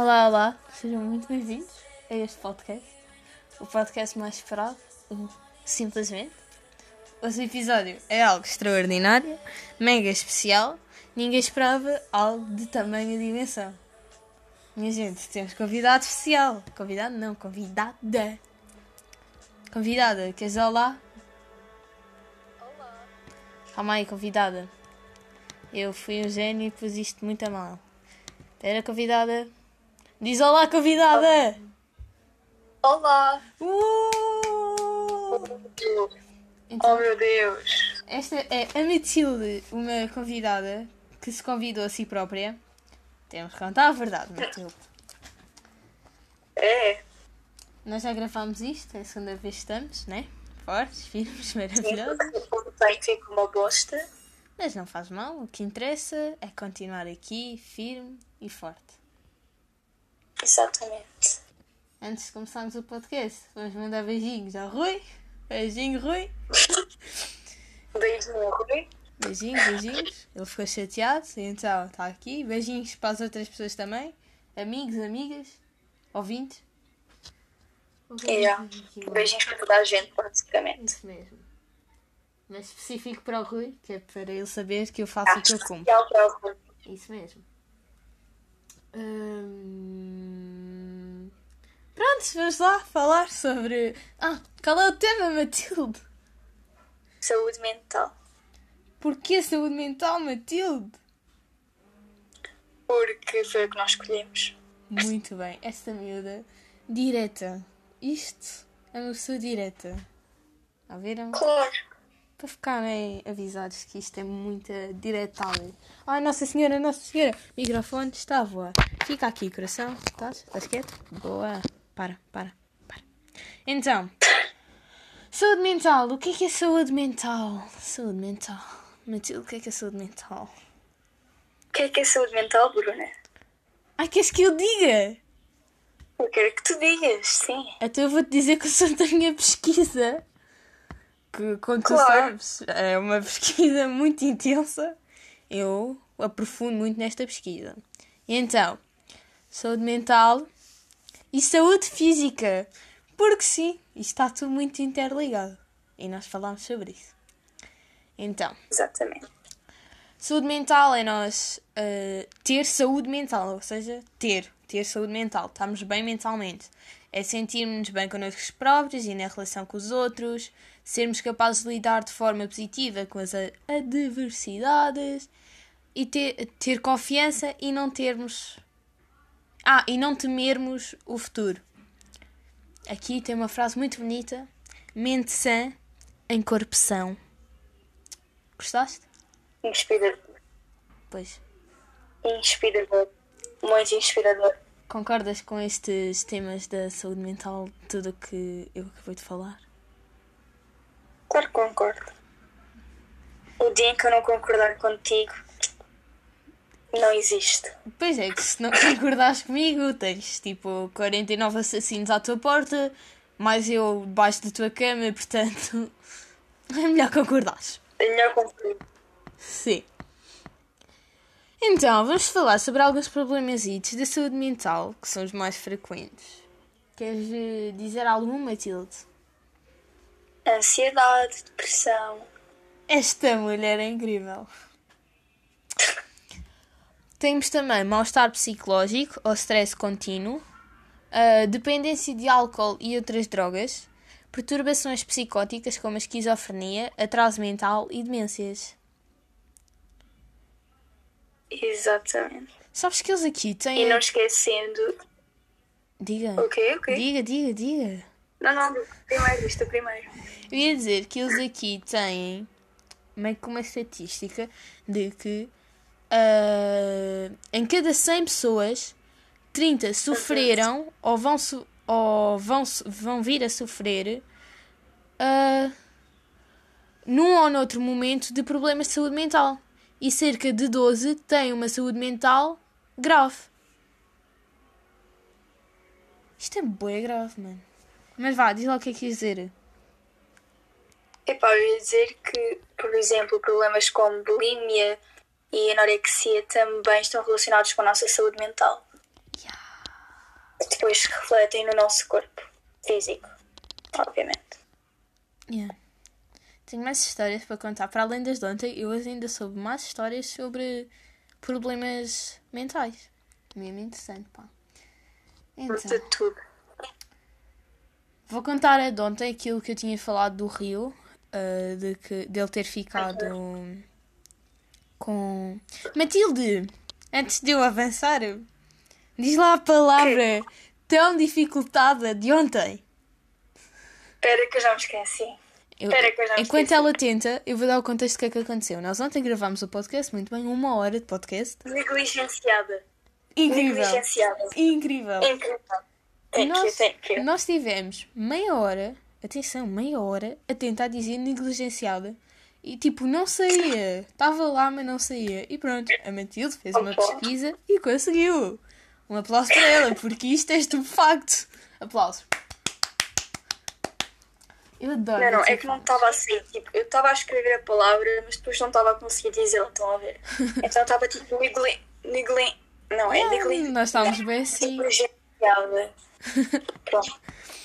Olá, olá, sejam muito bem-vindos a este podcast, o podcast mais esperado, simplesmente. Hoje o episódio é algo extraordinário, mega especial, ninguém esperava algo de tamanha dimensão. Minha gente, temos convidado especial, convidado não, convidada. Convidada, queres dizer olá? Olá. Calma aí, convidada. Eu fui um gênio e pus isto muito a mal. Espera, convidada. Diz olá, convidada! Olá. Então, Oh meu Deus. esta é a Matilde, uma convidada que se convidou a si própria. Temos que contar a verdade, Matilde. É. Nós já gravámos isto, é a segunda vez que estamos, né? Fortes, firmes, maravilhosos. O tempo fica uma bosta. Mas não faz mal, o que interessa é continuar aqui, firme e forte. Exatamente. Antes de começarmos o podcast, vamos mandar beijinhos ao Rui. Beijinho, Rui. Beijinho, Rui. Beijinhos, beijinhos. Ele ficou chateado, então está aqui. Beijinhos para as outras pessoas também. Amigos, amigas, ouvintes. Beijinhos para toda a gente, basicamente. Isso mesmo. Mas específico para o Rui, que é para ele saber que eu faço o que eu cumpro. Especial para o Rui. Isso mesmo. Pronto, vamos lá falar sobre... qual é o tema, Matilde? Saúde mental. Porquê saúde mental, Matilde? Porque foi o que nós escolhemos. Muito bem, esta miúda direta. Isto é uma pessoa direta. Já viram? Claro. Para ficarem avisados que isto é muita diretada. Ai, Nossa Senhora, microfone está a voar. Fica aqui, coração. Estás quieto? Boa. Para. Então, saúde mental. O que é saúde mental? Saúde mental. Matilde, o que é saúde mental? O que é saúde mental, Bruna? Ai, queres que eu diga? Eu quero que tu digas, sim. Então eu vou-te dizer que eu sou da minha pesquisa. Que, como tu Claro. sabes, é uma pesquisa muito intensa. Eu aprofundo muito nesta pesquisa. E então, saúde mental e saúde física. Porque sim, isto está tudo muito interligado. E nós falámos sobre isso. Então, Exatamente. saúde mental é nós ter saúde mental. Ou seja, ter saúde mental. Estamos bem mentalmente. É sentirmos bem connosco próprios e na relação com os outros. Sermos capazes de lidar de forma positiva com as adversidades. E ter confiança e não termos... e não temermos o futuro. Aqui tem uma frase muito bonita. Mente sã em corpo são. Gostaste? Inspirador. Pois. Inspirador. Muito inspirador. Concordas com estes temas da saúde mental, tudo o que eu acabei de falar? Claro que concordo. O dia em que eu não concordar contigo não existe. Pois é, que se não concordares comigo, tens tipo 49 assassinos à tua porta, mais eu debaixo da tua cama, portanto é melhor concordares. É melhor concordar. Sim. Então, vamos falar sobre alguns problemazitos da saúde mental, que são os mais frequentes. Queres dizer algum, Matilde? Ansiedade, depressão. Esta mulher é incrível. Temos também mal-estar psicológico ou stress contínuo, dependência de álcool e outras drogas, perturbações psicóticas como a esquizofrenia, atraso mental e demências. Exatamente. Sabes que eles aqui têm... E não esquecendo... Diga. O quê? Diga. Não. Primeiro, isto é primeiro. Eu ia dizer que eles aqui têm meio que uma estatística de que em cada 100 pessoas, 30 sofreram ou vão vir a sofrer num ou noutro momento de problemas de saúde mental. E cerca de 12 têm uma saúde mental grave. Isto é bué grave, mano. Mas vá, diz lá o que é que quis dizer. Epá, eu ia dizer que, por exemplo, problemas como bulimia e anorexia também estão relacionados com a nossa saúde mental. depois se refletem no nosso corpo físico, obviamente. Yeah. Tenho mais histórias para contar. Para além das de ontem, eu hoje ainda soube mais histórias sobre problemas mentais. Mesmo interessante, pá. Então, De tudo. vou contar a de ontem aquilo que eu tinha falado do Rio, dele ter ficado com... Matilde, antes de eu avançar, diz lá a palavra tão dificultada de ontem. Espera que eu já me esqueci. Enquanto ela tenta, eu vou dar o contexto do que é que aconteceu. Nós ontem gravámos o podcast, muito bem, 1 hora de podcast. Negligenciada. Incrível. Negligenciada. Incrível. Incrível. Thank you. Nós tivemos meia hora a tentar dizer negligenciada. E tipo, não saía. Estava lá, mas não saía. E pronto, a Matilde fez uma pesquisa e conseguiu. Um aplauso para ela, porque isto é estupefacto. Aplausos. Eu adoro. Não, é que não estava assim. Tipo, eu estava a escrever a palavra, mas depois não estava a conseguir dizê-la, estão a ver? Então estava tipo Não, é negli... Nós estávamos bem assim. Negligenciada. Pronto.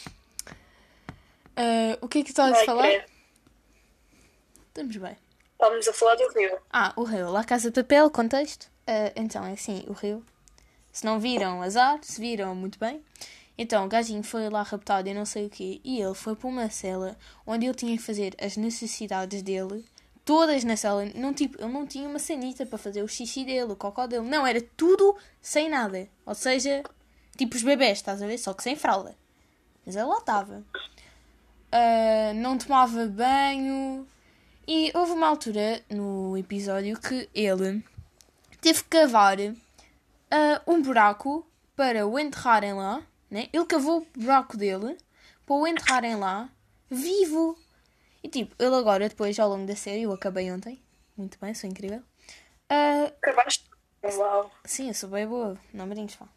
O que é que estavas a falar? Estamos bem. Estávamos a falar do Rio. O Rio. La Casa de Papel, contexto. Então, é assim, o Rio. Se não viram, azar. Se viram, muito bem. Então, o gajinho foi lá raptado e não sei o quê. E ele foi para uma cela onde ele tinha que fazer as necessidades dele. Todas na cela. Ele não tinha uma sanita para fazer o xixi dele, o cocó dele. Não, era tudo sem nada. Ou seja, tipo os bebés, estás a ver? Só que sem fralda. Mas ele lá estava. Não tomava banho. E houve uma altura no episódio que ele teve que cavar um buraco para o enterrarem lá. Né? Ele cavou o buraco dele para o enterrarem lá, vivo. E tipo, ele agora, depois, ao longo da série, eu acabei ontem. Muito bem, sou incrível. Acabaste? Uau. Sim, eu sou bem boa. Não brinques, pá.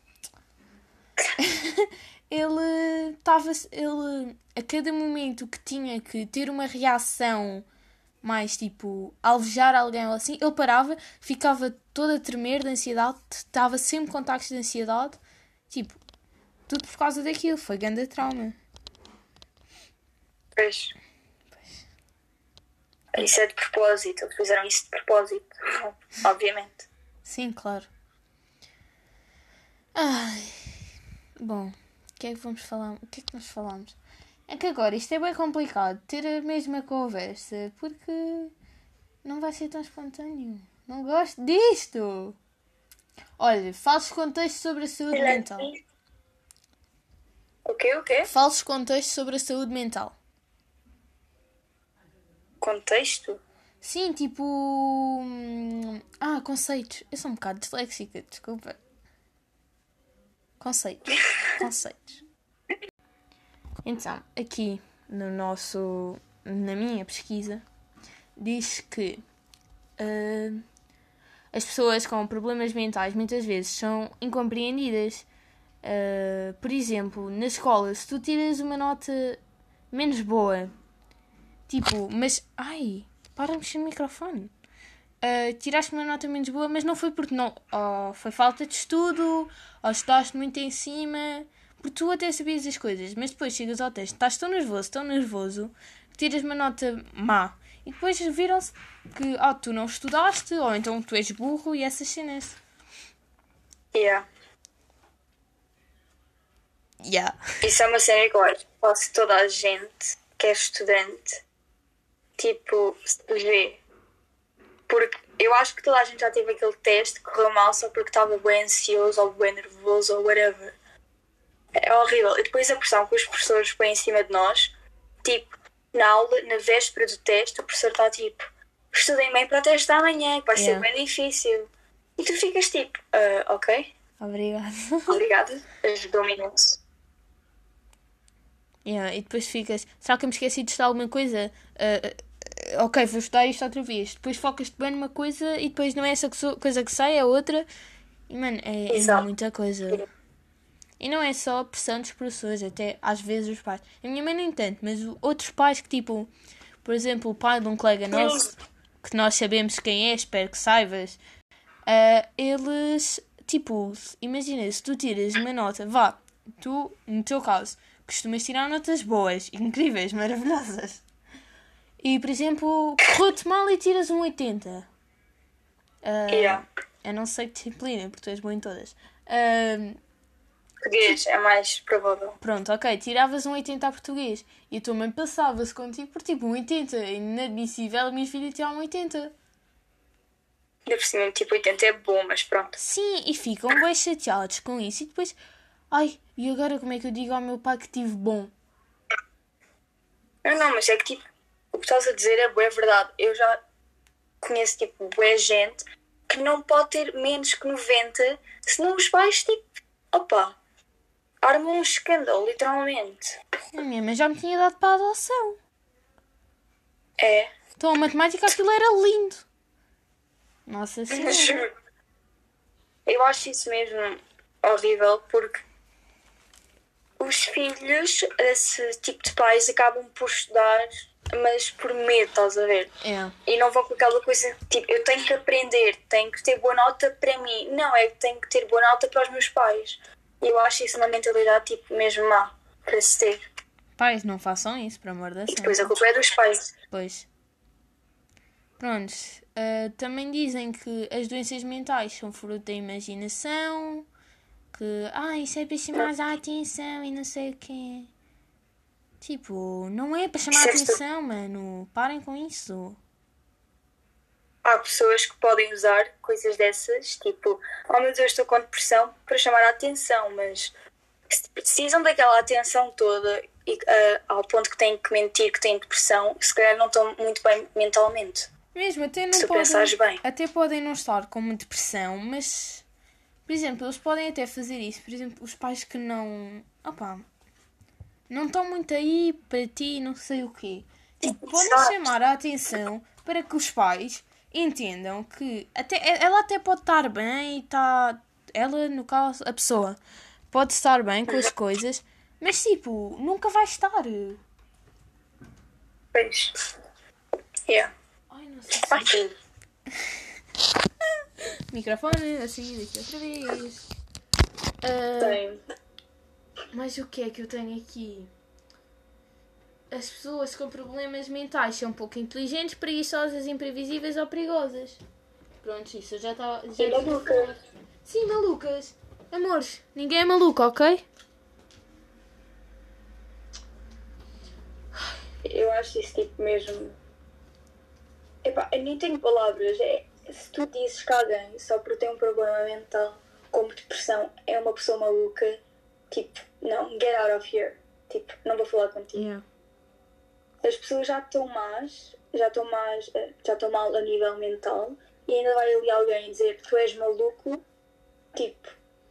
Ele, a cada momento que tinha que ter uma reação mais, tipo, alvejar alguém ou assim, ele parava, ficava todo a tremer de ansiedade, estava sempre com ataques de ansiedade. Tipo, tudo por causa daquilo. Foi grande trauma. Pois. Isso é de propósito. Eles fizeram isso de propósito. Obviamente. Sim, claro. Ai. Bom, o que é que vamos falar? O que é que nós falamos? É que agora isto é bem complicado. Ter a mesma conversa. Porque não vai ser tão espontâneo. Não gosto disto. Olha, falsos contextos sobre a saúde mental. O quê? Falsos contextos sobre a saúde mental. Contexto? Sim, tipo... conceitos. Eu sou um bocado disléxica, desculpa. Conceitos. Então, aqui na minha pesquisa, diz que as pessoas com problemas mentais muitas vezes são incompreendidas. Por exemplo, na escola, se tu tiras uma nota menos boa, tipo, mas... Ai, para de mexer no microfone. Tiraste uma nota menos boa, mas não foi porque não... foi falta de estudo, ou estudaste muito em cima, porque tu até sabias as coisas, mas depois chegas ao teste, estás tão nervoso, que tiras uma nota má. E depois viram-se que tu não estudaste, ou então tu és burro e essas cenas. Yeah. Isso é uma cena que eu acho que quase toda a gente que é estudante, tipo, se vê. Porque eu acho que toda a gente já teve aquele teste que correu mal só porque estava bem ansioso ou bem nervoso ou whatever. É horrível. E depois a pressão que os professores põem em cima de nós, tipo, na aula, na véspera do teste, o professor está tipo, estudem bem para o teste da manhã, que vai ser bem difícil. E tu ficas tipo, ok. Obrigada. Ajudou-me imenso. E depois ficas... Será que eu me esqueci de estudar alguma coisa? Ok, vou estudar isto outra vez. Depois focas-te bem numa coisa e depois não é essa coisa que sai, é outra. E, mano, é muita coisa. E não é só a pressão dos professores, até às vezes os pais. A minha mãe não entende, mas outros pais que, tipo... Por exemplo, o pai de um colega nosso, que nós sabemos quem é, espero que saibas. Eles, tipo... Imagina, se tu tiras uma nota... tu, no teu caso, costumas tirar notas boas, incríveis, maravilhosas. E, por exemplo, correu-te mal e tiras um 80. Yeah. Eu não sei que disciplina, porque tu és boa em todas. Português é mais provável. Pronto, ok, tiravas um 80 a português. E a tua mãe passava-se contigo por tipo um 80. Inadmissível a minha filha tirar um 80. Ainda por cima, tipo, 80 é bom, mas pronto. Sim, e ficam bem chateados com isso. E depois, ai, e agora como é que eu digo ao meu pai que tive bom? Não, mas é que tipo, o que estás a dizer é bué verdade. Eu já conheço tipo bué gente que não pode ter menos que 90, senão os pais tipo, opa, armam um escândalo, literalmente. A minha mãe já me tinha dado para a adoção. É. Então a matemática aquilo era lindo. Nossa senhora. Eu acho isso mesmo horrível porque os filhos desse tipo de pais acabam por estudar, mas por medo, estás a ver? É. E não vão com aquela coisa tipo, eu tenho que aprender, tenho que ter boa nota para mim. Não, é que tenho que ter boa nota para os meus pais. E eu acho isso uma mentalidade tipo mesmo má para se ter. Pais, não façam isso, por amor da E santa. depois a culpa é dos pais. Pois. Prontos. Também dizem que as doenças mentais são fruto da imaginação. Que, isso é para chamar a atenção e não sei o quê. Tipo, não é para chamar a atenção, mano. Parem com isso. Há pessoas que podem usar coisas dessas, tipo, oh meu Deus, estou com depressão, para chamar a atenção, mas se precisam daquela atenção toda e ao ponto que têm que mentir que têm depressão, se calhar não estão muito bem mentalmente. Mesmo, até não Se podem, pensares bem. até podem não estar com uma depressão, mas, por exemplo, eles podem até fazer isso. Por exemplo, os pais que não... não estão muito aí para ti, não sei o quê. Tipo, podem Exato. chamar a atenção para que os pais entendam que ela até pode estar bem e está... Ela, no caso, a pessoa, pode estar bem com as coisas, mas, tipo, nunca vai estar. Pois. Yeah. Ai, não sei Ai, se... Microfone, assim, daqui outra vez. tem. Mas o que é que eu tenho aqui? As pessoas com problemas mentais são pouco inteligentes, preguiçosas, imprevisíveis ou perigosas. Pronto, isso eu já estava... E malucas. Sim, malucas. Amores, ninguém é maluco, ok? Eu acho isso tipo mesmo. Epá, eu nem tenho palavras. Se tu dizes que alguém, só por ter um problema mental, como depressão, é uma pessoa maluca, tipo, não, get out of here. Tipo, não vou falar contigo. Yeah. As pessoas já estão mal a nível mental e ainda vai ali alguém dizer que tu és maluco, tipo,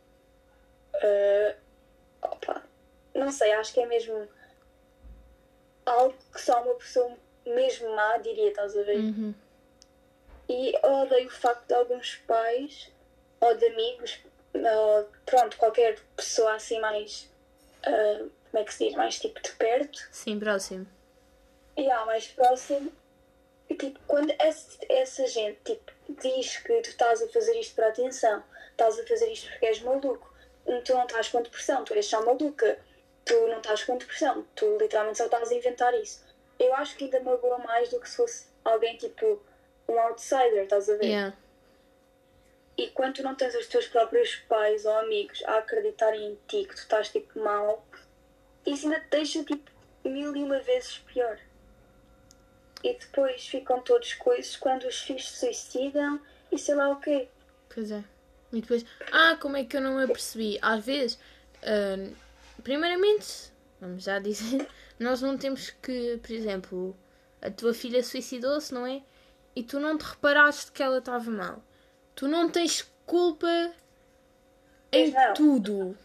opa, não sei, acho que é mesmo algo que só uma pessoa mesmo má diria, estás a ver? Uhum. E eu odeio o facto de alguns pais ou de amigos, ou, pronto, qualquer pessoa assim mais, como é que se diz, mais tipo de perto, Sim, próximo. mais próximo, e tipo, quando essa gente tipo, diz que tu estás a fazer isto para atenção, estás a fazer isto porque és maluco, tu não estás com depressão, tu és só maluca, tu não estás com depressão, tu literalmente só estás a inventar isso. Eu acho que ainda magoa mais do que se fosse alguém tipo um outsider, estás a ver? Yeah. E quando tu não tens os teus próprios pais ou amigos a acreditarem em ti, que tu estás tipo mal, isso ainda te deixa tipo 1001 vezes pior. E depois ficam todos coisas quando os filhos se suicidam e sei lá o quê. Pois é. E depois, como é que eu não me apercebi? Às vezes, primeiramente, vamos já dizer, nós não temos que, por exemplo, a tua filha suicidou-se, não é? E tu não te reparaste que ela estava mal. Tu não tens culpa em Não. tudo.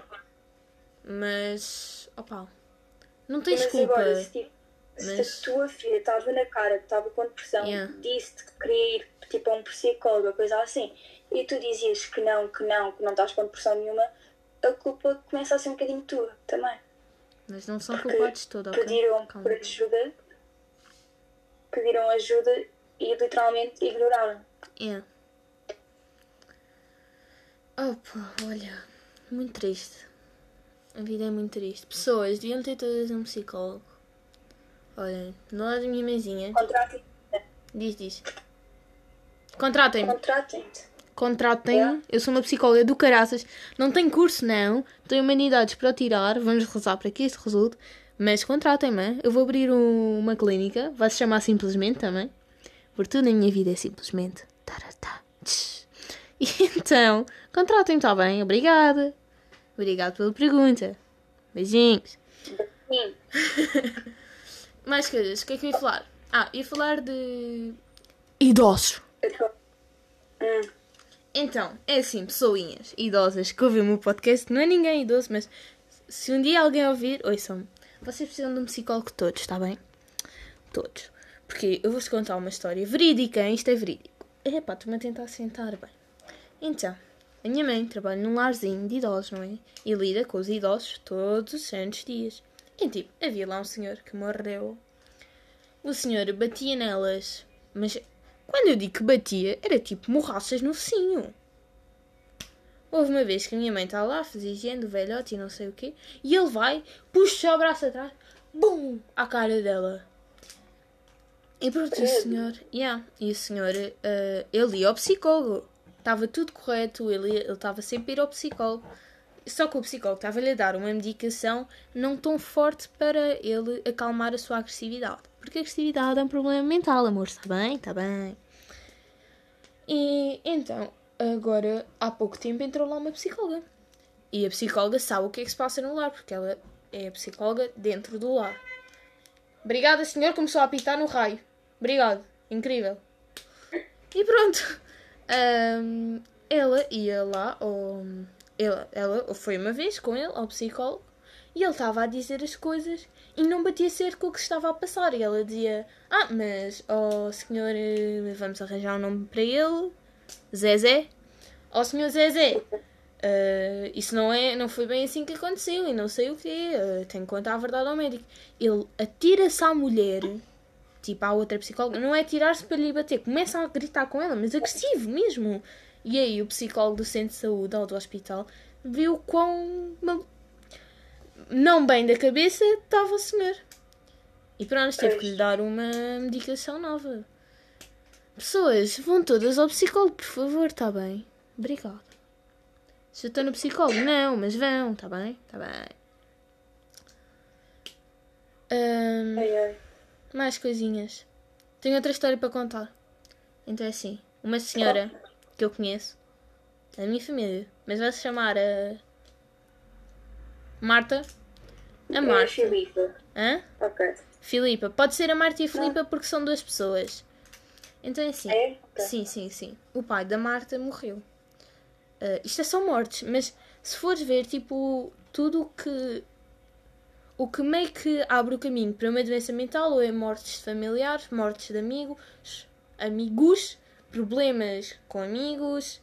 Mas, não tens Mas culpa. agora, se a tua filha estava na cara que estava com depressão, Yeah. disse-te que queria ir tipo, a um psicólogo, coisa assim, e tu dizias que não estás com depressão nenhuma, a culpa começa a ser um bocadinho tua também. Mas não são culpados todos, ok? Pediram Calma. por ajuda, pediram ajuda e literalmente ignoraram. Yeah. Olha, muito triste. A vida é muito triste. Pessoas deviam ter todas um psicólogo. Olha, no lado da minha mesinha. Contratem. Diz. Contratem-me. Contratem-te. Contratem-me. Yeah. Eu sou uma psicóloga do caraças. Não tenho curso, não. Tenho humanidades para o tirar. Vamos rezar para que isto resulte. Mas contratem-me. Eu vou abrir uma clínica. Vai se chamar Simplesmente também. Porque tudo na minha vida é simplesmente. Taratá. E então, contratem-me, está bem? Obrigada. Obrigado pela pergunta. Beijinhos. Sim. Mais coisas. O que é que eu ia falar? Ia falar de idosos. Então, é assim, pessoinhas idosas que ouvem o meu podcast. Não é ninguém idoso, mas se um dia alguém ouvir, ouçam-me. Vocês precisam de um psicólogo todos, está bem? Todos. Porque eu vos contar uma história verídica, hein? Isto é verídico. Epá, estou-me a tentar sentar bem. Então, a minha mãe trabalha num larzinho de idosos, não é? E lida com os idosos todos os santos dias. E tipo, havia lá um senhor que morreu. O senhor batia nelas. Mas quando eu digo que batia, era tipo morraças no focinho. Houve uma vez que a minha mãe está lá a fazer higiene do velhote e não sei o quê. E ele vai, puxa o braço atrás, bum, à cara dela. E pronto, o senhor... E o senhor, ele ia ao psicólogo. Estava tudo correto, ele estava sempre a ir ao psicólogo. Só que o psicólogo estava-lhe a dar uma medicação não tão forte para ele acalmar a sua agressividade. Porque a agressividade é um problema mental, amor, está bem? Está bem. E então, agora, há pouco tempo entrou lá uma psicóloga. E a psicóloga sabe o que é que se passa no lar, porque ela é a psicóloga dentro do lar. Obrigada, senhor, começou a apitar no raio. Obrigado, incrível. E pronto. Ela ia lá, ela foi uma vez com ele ao psicólogo e ele estava a dizer as coisas e não batia certo com o que estava a passar. E ela dizia, mas, senhor, vamos arranjar um nome para ele, Zezé. Senhor Zezé, isso não foi bem assim que aconteceu e não sei o quê, tenho que contar a verdade ao médico. Ele atira-se à mulher, tipo à outra psicóloga, não é tirar-se para lhe bater, começa a gritar com ela, mas agressivo mesmo. E aí o psicólogo do centro de saúde ou do hospital viu quão não bem da cabeça estava o senhor. E pronto, teve que lhe dar uma medicação nova. Pessoas, vão todas ao psicólogo, por favor, está bem? Obrigada. Se eu estou no psicólogo, não, mas vão, está bem? Está bem. Mais coisinhas. Tenho outra história para contar. Então é assim, uma senhora que eu conheço, da minha família, mas vai se chamar Marta. A Marta. Filipa. Hã? Ok. Filipa. Pode ser a Marta e a Filipa porque são duas pessoas. Então é assim. É? Okay. Sim. O pai da Marta morreu. Isto é só mortes, mas se fores ver, tipo, tudo o que meio que abre o caminho para uma doença mental ou é mortes de familiares, mortes de amigos, problemas com amigos.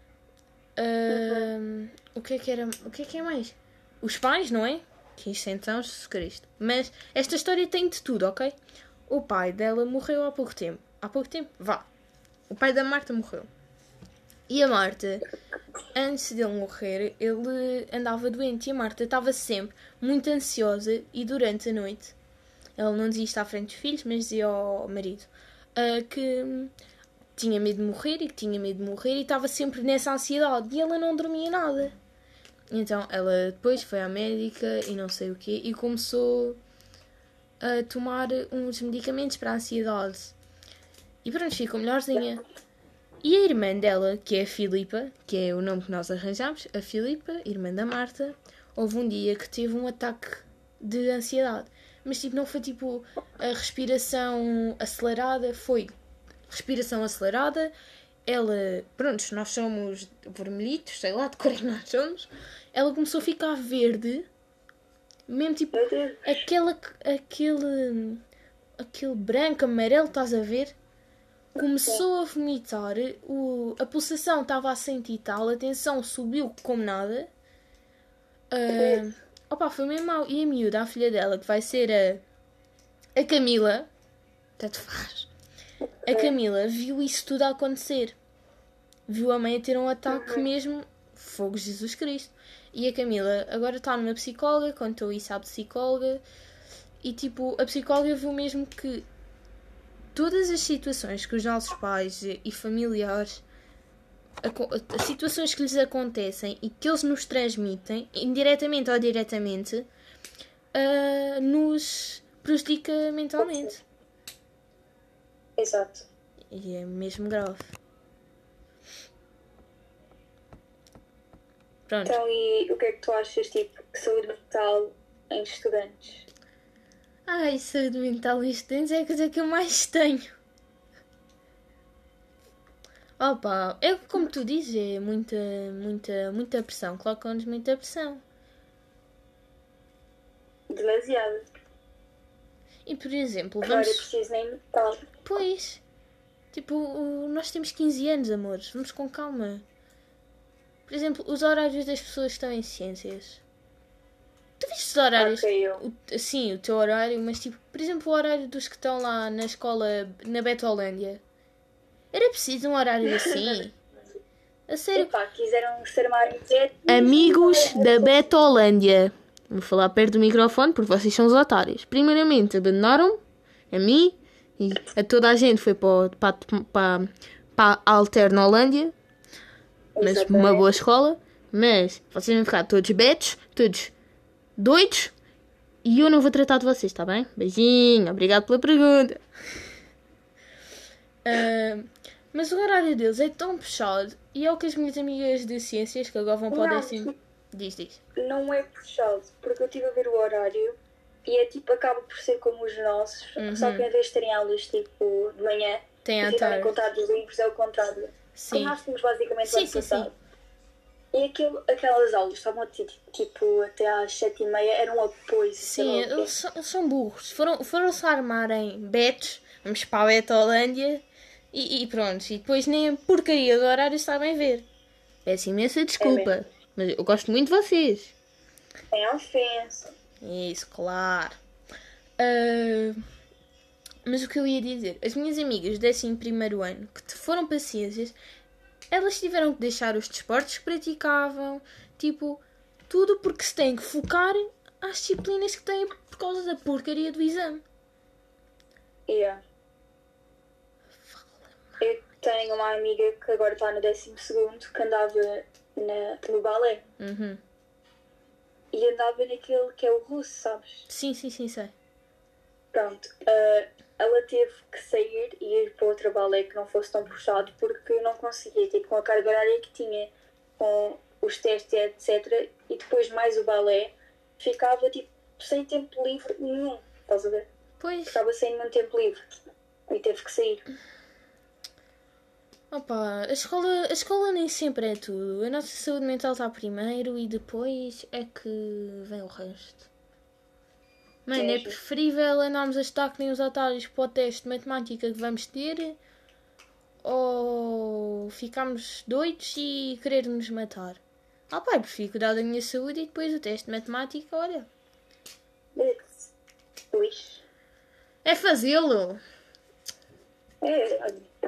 O que é mais? Os pais, não é? Que isso então, Jesus Cristo. Mas esta história tem de tudo, ok? O pai dela morreu há pouco tempo. O pai da Marta morreu. E a Marta, antes dele morrer, ele andava doente. E a Marta estava sempre muito ansiosa e durante a noite, ela não dizia isto à frente dos filhos, mas dizia ao marido que tinha medo de morrer e estava sempre nessa ansiedade. E ela não dormia nada. Então ela depois foi à médica e não sei o quê e começou a tomar uns medicamentos para a ansiedade. E pronto, ficou melhorzinha. E a irmã dela, que é a Filipa, que é o nome que nós arranjamos, a Filipa, irmã da Marta, houve um dia que teve um ataque de ansiedade. Mas tipo, não foi tipo a respiração acelerada, foi respiração acelerada. Ela, pronto, nós somos vermelhitos, sei lá de cor é que nós somos. Ela começou a ficar verde, mesmo tipo, aquele branco, amarelo, estás a ver? Começou a vomitar, a pulsação estava a 100 e tal, a tensão subiu como nada. Foi mesmo mau. E a miúda, a filha dela, que vai ser a Camila, tanto faz, a Camila viu isso tudo a acontecer. Viu a mãe a ter um ataque mesmo, fogo Jesus Cristo. E a Camila agora está numa psicóloga, contou isso à psicóloga. E tipo, a psicóloga viu mesmo que todas as situações que os nossos pais e familiares, as situações que lhes acontecem e que eles nos transmitem, indiretamente ou diretamente, nos prejudica mentalmente. Exato. E é mesmo grave. Pronto. Então, e o que é que tu achas, tipo, de saúde mental em estudantes? Ai, saúde mental em estudantes é a coisa que eu mais tenho. Opa, é como tu dizes, é muita pressão. Colocam-nos muita pressão. Demasiado. E por exemplo, Agora vamos... eu preciso nem notar. Pois, tipo, nós temos 15 anos, amores. Vamos com calma. Por exemplo, os horários das pessoas que estão em ciências. Tu viste os horários? Ok, eu. Sim, o teu horário, mas tipo, por exemplo, o horário dos que estão lá na escola, na Betolândia. Era preciso um horário assim? A sério? Epá, quiseram ser mais quietos. Amigos da Betolândia. Vou falar perto do microfone porque vocês são os otários. Primeiramente, abandonaram a mim e a toda a gente foi para a Alternolândia. Mas Exatamente. uma boa escola. Mas vocês vão ficar todos betos, todos doidos. E eu não vou tratar de vocês, está bem? Beijinho, obrigado pela pergunta. Mas o horário deles é tão puxado. E é o que as minhas amigas de ciências que agora vão para o Não. décimo... Diz. Não é puxado, porque eu estive a ver o horário e é tipo, acaba por ser como os nossos, só que em vez de terem aulas tipo de manhã, Tem à e ficarem tarde. contar dos livros, é o contrário. Sim. Como nós tínhamos basicamente Sim, ano sim, passado. E aquelas aulas estavam tipo até às 7h30, eram um apoio. Sim, eles são burros. Foram-se armarem betos, vamos para a Betolândia e pronto. E depois nem a porcaria do horário sabem ver. Peço imensa desculpa, mas eu gosto muito de vocês. Sem ofensa. Isso, claro. Mas o que eu ia dizer, as minhas amigas do 11º ano que foram para ciências, elas tiveram que deixar os desportos que praticavam, tipo, tudo porque se têm que focar às disciplinas que têm por causa da porcaria do exame. Yeah. Eu tenho uma amiga que agora está no 12º, que andava no balé. E andava naquele que é o russo, sabes? Sim, sei. Pronto, ela teve que sair e ir para outro balé que não fosse tão puxado porque não conseguia, tipo, com a carga horária que tinha, com os testes, etc. E depois mais o balé, ficava tipo sem tempo livre nenhum, estás a ver? Pois. Ficava sem nenhum tempo livre e teve que sair. Opa, a escola nem sempre é tudo. A nossa saúde mental está primeiro e depois é que vem o resto. Mano, é preferível andarmos a estudar que nem os otários para o teste de matemática que vamos ter ou ficarmos doidos e querer nos matar. Ah pá, eu prefiro cuidar da minha saúde e depois o teste de matemática, olha. Luís. É fazê-lo. Olha.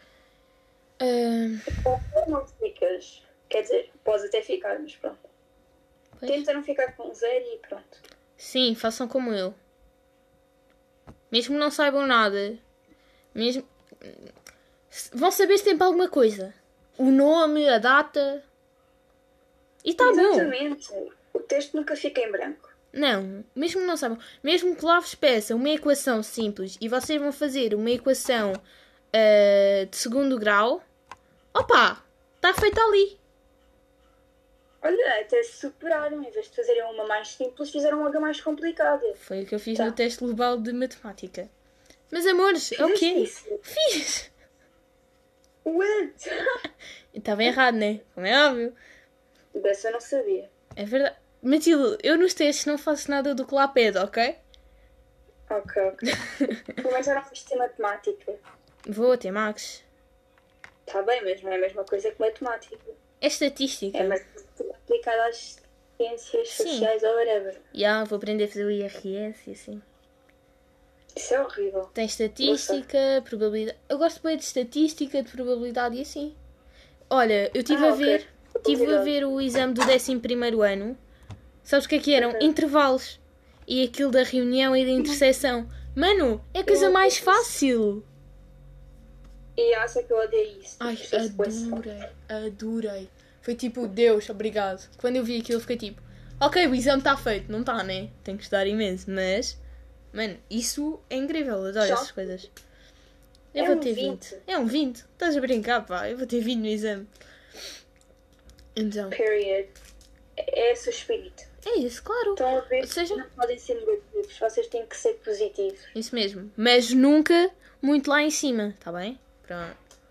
Não ficas. Quer dizer, podes até ficar, mas pronto. Pois. Tenta não ficar com 0 e pronto. Sim, façam como eu. Mesmo que não saibam nada. Mesmo... Vão saber se tem para alguma coisa. O nome, a data. E está bom. Exatamente. O texto nunca fica em branco. Não, mesmo que não saibam. Mesmo que lá vos peça uma equação simples e vocês vão fazer uma equação de segundo grau. Opa, está feita ali. Olha, até se superaram. Em vez de fazerem uma mais simples, fizeram uma mais complicada. Foi o que eu fiz no teste global de matemática. Mas amores, é o quê? Isso? Fiz! What? Estava errado, né? Como é óbvio. Dessa eu não sabia. É verdade. Matilde, eu nos testes não faço nada do que lá pede, ok? Ok. Pelo menos já não fiz matemática. Vou ter Max. Está bem, mas não é a mesma coisa que matemática. É estatística. É mais aplicada às ciências sociais ou whatever. Vou aprender a fazer o IRS e assim. Isso é horrível. Tem estatística, probabilidade. Eu gosto bem de estatística, de probabilidade e assim. Olha, eu estive a ver. estive a ver o exame do 11º ano. Sabes o que eram? Intervalos. E aquilo da reunião e da interseção. Mano, é a coisa mais fácil. E acho que eu odeio isso. Ai, adorei. Foi tipo, Deus, obrigado. Quando eu vi aquilo, fiquei tipo, ok, o exame está feito. Não está, né? Tenho que estudar imenso. Mas, mano, isso é incrível. Adoro essas coisas. Eu vou ter 20. É um 20. Estás a brincar, pá. Eu vou ter 20 no exame. Então. Period. É esse o espírito. É isso, claro. Estão a ver? Ou seja, não podem ser negativos. Vocês têm que ser positivos. Isso mesmo. Mas nunca muito lá em cima, tá bem? Pronto.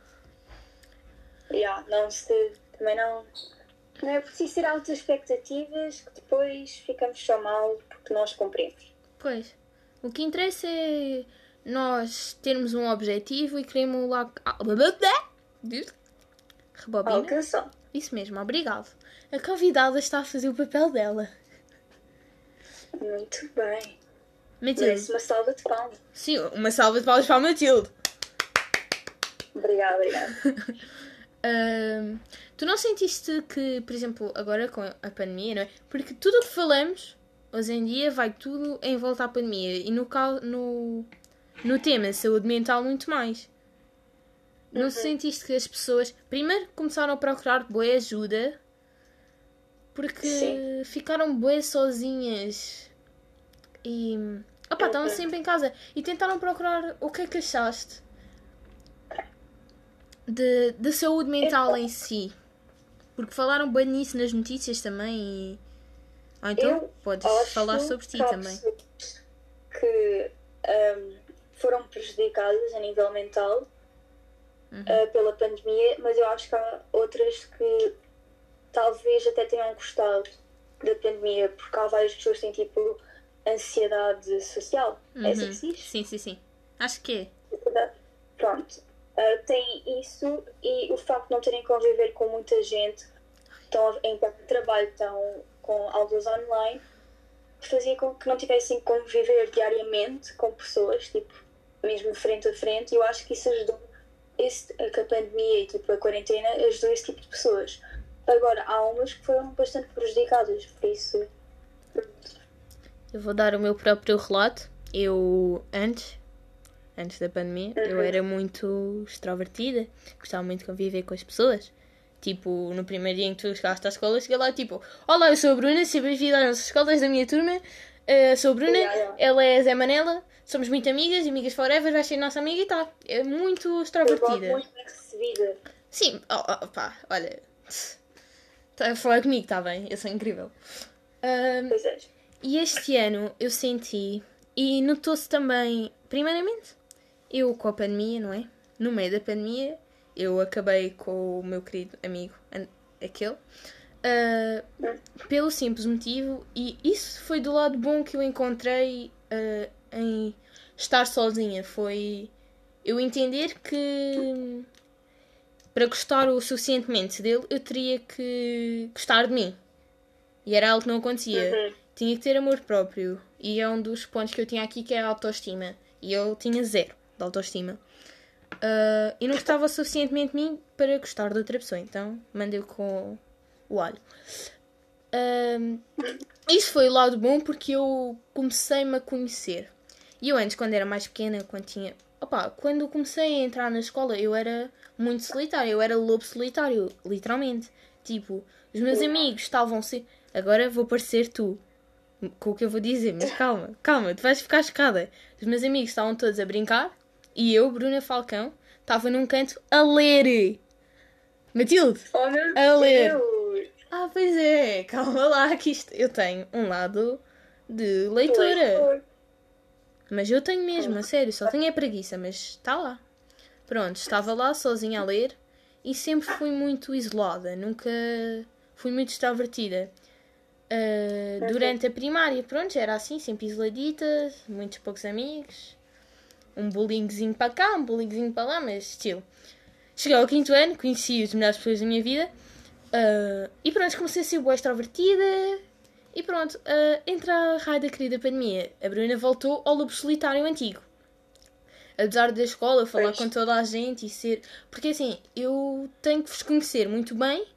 Também não é preciso ser altas expectativas que depois ficamos só mal porque nós cumprimos. Pois. O que interessa é nós termos um objetivo e queremos lá... Rebobina. Alcançou. Isso mesmo, obrigado. A convidada está a fazer o papel dela. Muito bem. Matilde. Merece uma salva de palmas. Sim, uma salva de palmas para a Matilde. Obrigada. Tu não sentiste que, por exemplo, agora com a pandemia, não é? Porque tudo o que falamos, hoje em dia, vai tudo em volta à pandemia. E no tema saúde mental, muito mais. Não sentiste que as pessoas, primeiro, começaram a procurar boa ajuda porque ficaram bué sozinhas e estavam sempre em casa e tentaram procurar o que é que achaste de saúde mental em si, porque falaram bem nisso nas notícias também e... então podes falar sobre ti também. Que foram prejudicadas a nível mental pela pandemia, mas eu acho que há outras que talvez até tenham gostado da pandemia, porque há várias pessoas que têm tipo ansiedade social. É assim que se diz? Sim. Acho que é. Pronto. Tem isso e o facto de não terem que conviver com muita gente, estão em trabalho, estão com aulas online, fazia com que não tivessem que conviver diariamente com pessoas, tipo, mesmo frente a frente, e eu acho que isso ajudou, que a pandemia e tipo, a quarentena ajudou esse tipo de pessoas. Agora, há umas que foram bastante prejudicadas, por isso... Eu vou dar o meu próprio relato. Eu, antes da pandemia, eu era muito extrovertida, gostava muito de conviver com as pessoas. Tipo, no primeiro dia em que tu chegaste à escola, cheguei lá tipo, olá, eu sou a Bruna, seja bem-vinda às nossas escolas da minha turma. Sou a Bruna, ela é a Zé Manela, somos muito amigas forever, vais ser nossa amiga e tá. É muito extrovertida. Eu muito bem recebida. Sim, pá, olha, está a falar comigo, está bem, eu sou incrível. Pois é. E este ano eu senti, e notou-se também, primeiramente, eu com a pandemia, não é? No meio da pandemia, eu acabei com o meu querido amigo, aquele, pelo simples motivo, e isso foi do lado bom que eu encontrei em estar sozinha, foi eu entender que para gostar o suficientemente dele, eu teria que gostar de mim. E era algo que não acontecia. Tinha que ter amor próprio. E é um dos pontos que eu tinha aqui, que é a autoestima. E eu tinha 0 de autoestima. E não gostava suficientemente de mim para gostar de outra pessoa. Então, mandei-o com o alho. Isso foi o lado bom porque eu comecei-me a conhecer. E eu antes, quando era mais pequena, quando comecei a entrar na escola, eu era muito solitária. Eu era lobo solitário, literalmente. Tipo, os meus amigos estavam... Agora vou parecer tu com o que eu vou dizer, mas calma, tu vais ficar chocada. Os meus amigos estavam todos a brincar e eu, Bruna Falcão, estava num canto a ler. Matilde, a ler. Pois é, calma lá, que isto... Eu tenho um lado de leitora. Mas eu tenho mesmo, a sério, só tenho a preguiça, mas está lá. Pronto, estava lá sozinha a ler e sempre fui muito isolada, nunca fui muito extrovertida. Durante a primária, pronto, era assim, sempre isoladita, muitos poucos amigos, um bullyingzinho para cá, um bullyingzinho para lá, mas estilo. Cheguei ao 5º ano, conheci as melhores pessoas da minha vida e pronto, comecei a ser boa extrovertida e pronto, entra a raio da querida pandemia. A Bruna voltou ao lobo solitário antigo. Apesar da escola, falar com toda a gente e ser... Porque assim, eu tenho que vos conhecer muito bem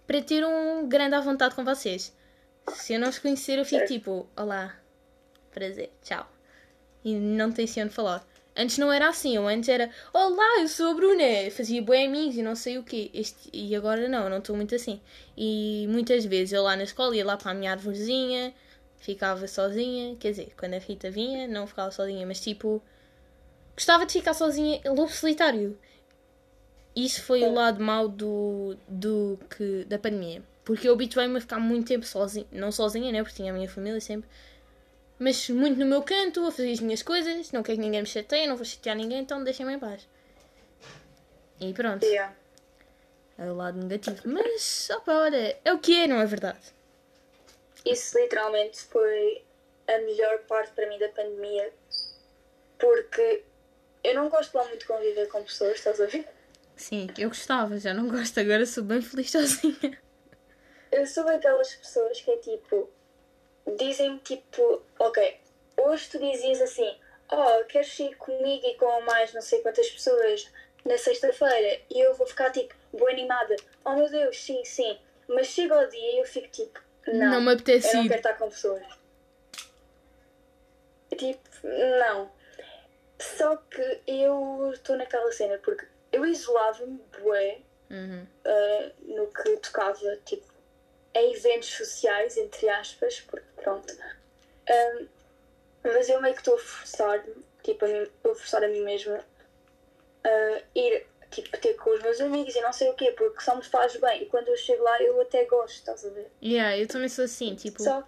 para ter um grande à vontade com vocês. Se eu não os conhecer, eu fico tipo, olá, prazer, tchau. E não tenciono falar. Antes não era assim, eu antes era, olá, eu sou a Bruna, fazia bué amigos e não sei o quê. E agora não estou muito assim. E muitas vezes eu lá na escola ia lá para a minha arvorezinha, ficava sozinha, quer dizer, quando a Rita vinha, não ficava sozinha, mas tipo, gostava de ficar sozinha, lobo solitário. Isso foi o lado mau da pandemia. Porque eu habituei-me a ficar muito tempo sozinha, não sozinha, né, porque tinha a minha família sempre, mas muito no meu canto, a fazer as minhas coisas, não quero que ninguém me chateie, não vou chatear ninguém, então deixem-me em paz. E pronto. Yeah. É o lado negativo. Mas, opa, olha, é o que é, não é verdade? Isso literalmente foi a melhor parte para mim da pandemia, porque eu não gosto lá muito de conviver com pessoas, estás a ver? Sim, eu gostava, já não gosto, agora sou bem feliz sozinha. Eu sou daquelas pessoas que é tipo, dizem-me tipo, ok, hoje tu dizias assim, oh, queres ir comigo e com mais não sei quantas pessoas na sexta-feira? E eu vou ficar tipo, boa animada, oh meu Deus, sim, sim. Mas chega ao dia e eu fico tipo, Não me apetece eu não ir. quero estar com pessoas. Tipo, não. Só que eu estou naquela cena, porque eu isolava-me bué no que tocava, tipo, a eventos sociais, entre aspas, porque pronto. Mas eu meio que estou a forçar-me, tipo, estou a forçar a mim mesma a ir, tipo, ter com os meus amigos e não sei o quê, porque só me faz bem. E quando eu chego lá, eu até gosto, estás a ver? Yeah, eu também sou assim, tipo... Só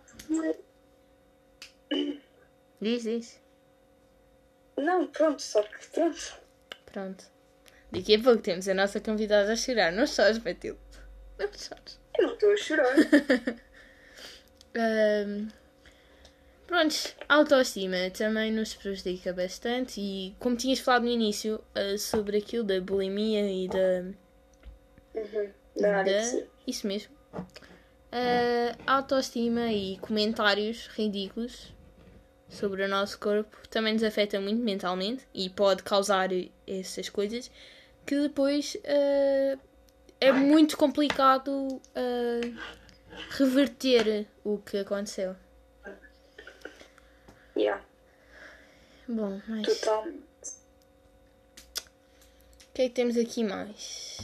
Diz. não, pronto, só que pronto. Pronto. Daqui a pouco temos a nossa convidada a chorar. Não chores, Matilde. Não chores. Eu não estou a chorar. Pronto, a autoestima também nos prejudica bastante e como tinhas falado no início sobre aquilo da bulimia e Da anorexia. isso mesmo. Autoestima e comentários ridículos sobre o nosso corpo também nos afeta muito mentalmente e pode causar essas coisas que depois é muito complicado reverter o que aconteceu. Yeah, Bom, mas totalmente. o que é que temos aqui mais?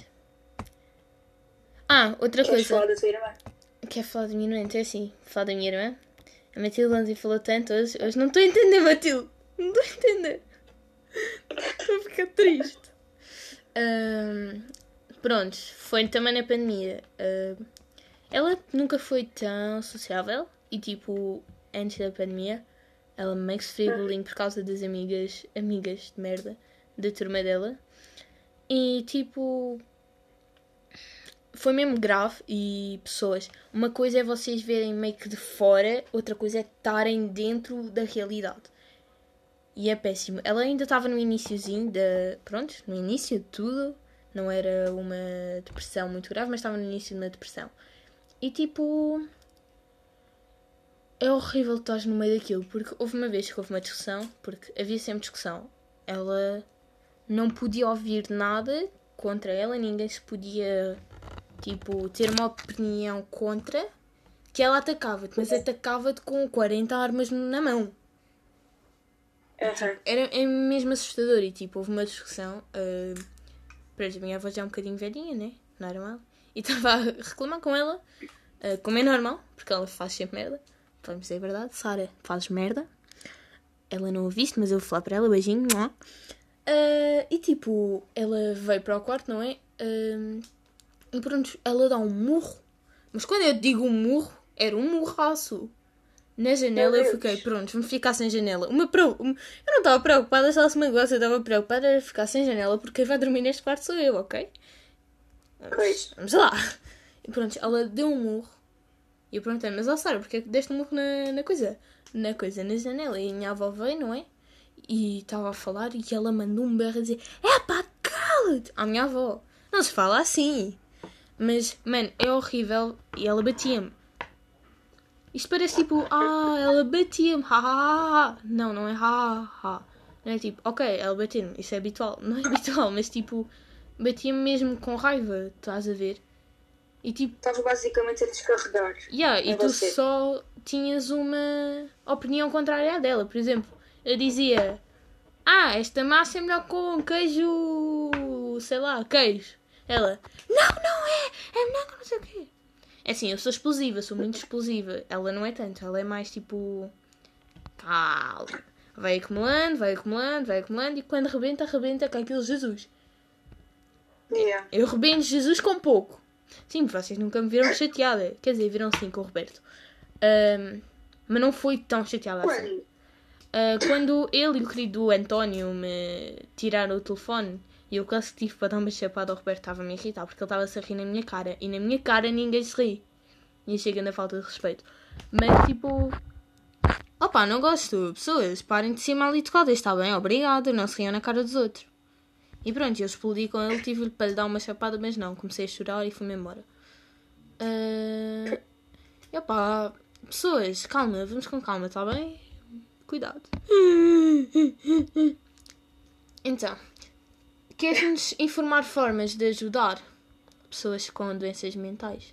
Outra Queres coisa. falar da tua irmã? Quer falar da minha irmã? Então é assim, falar da minha irmã. A Matilde ontem falou tanto, hoje não estou a entender, Matilde. Não estou a entender. Estou a ficar triste. Pronto, foi também na pandemia. Ela nunca foi tão sociável e tipo, antes da pandemia, ela meio que sofreu bullying por causa das amigas de merda da turma dela. E tipo, foi mesmo grave. E pessoas, uma coisa é vocês verem meio que de fora, outra coisa é estarem dentro da realidade. E é péssimo. Ela ainda estava no iniciozinho no início de tudo. Não era uma depressão muito grave, mas estava no início de uma depressão. E tipo, é horrível estar no meio daquilo, porque houve uma vez que houve uma discussão, porque havia sempre discussão. Ela não podia ouvir nada contra ela, ninguém se podia, tipo, ter uma opinião contra, que ela atacava-te, mas atacava-te com 40 armas na mão. É mesmo assustador. E tipo, houve uma discussão. Pronto, a minha avó já é um bocadinho velhinha, né? Normal. E estava a reclamar com ela, como é normal, porque ela faz sempre merda. Vamos dizer a verdade, Sara, fazes merda. Ela não ouviste, mas eu vou falar para ela, beijinho. E tipo, ela veio para o quarto, não é? E pronto, ela dá um murro. Mas quando eu digo um murro, era um murraço. Na janela eu fiquei, pronto, vamos ficar sem janela. Eu não estava preocupada se ela se magoasse, eu estava preocupada em ficar sem janela, porque quem vai dormir neste quarto sou eu, ok? Vamos lá. E pronto, ela deu um murro. E eu perguntei, mas Sara, porque é que deste um murro na coisa? Na janela. E a minha avó veio, não é? E estava a falar e ela mandou um berro a dizer, pá, cala-te! À minha avó. Não se fala assim. Mas, mano, é horrível. E ela batia-me. Isto parece tipo, ela batia-me, Não é Não é tipo, ok, ela bateu-me, isso é habitual. Não é habitual, mas tipo, batia-me mesmo com raiva, estás a ver? E tipo... Estava basicamente a descarregar. E tu só tinhas uma opinião contrária à dela. Por exemplo, eu dizia... esta massa é melhor com queijo... Sei lá, queijo. Ela... Não é! É melhor com não sei o quê. É assim, eu sou explosiva, sou muito explosiva. Ela não é tanto. Ela é mais tipo... Calma. Vai acumulando. E quando rebenta com aquele Jesus. Yeah. Eu rebento Jesus com pouco. Sim, vocês nunca me viram chateada. Quer dizer, viram sim com o Roberto. Mas não foi tão chateada assim. Quando ele e o querido António me tiraram o telefone e eu quase tive para dar uma chapada ao Roberto, estava-me a irritar porque ele estava-se a rir na minha cara. E na minha cara ninguém se ri. E achei grande falta de respeito. Mas tipo... Opa, não gosto. Pessoas, parem de ser mal educadas, está bem? Obrigada, não se riam na cara dos outros. E pronto, eu explodi com ele, tive-lhe para lhe dar uma chapada, mas não, comecei a chorar e fui-me embora. Epá, pessoas, calma, vamos com calma, está bem? Cuidado. Então, queres-nos informar formas de ajudar pessoas com doenças mentais?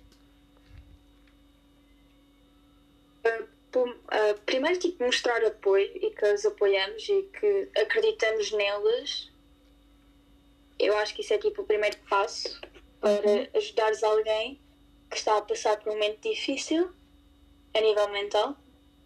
Primeiro, tipo, mostrar apoio e que as apoiamos e que acreditamos nelas. Eu acho que isso é tipo o primeiro passo para ajudares alguém que está a passar por um momento difícil a nível mental.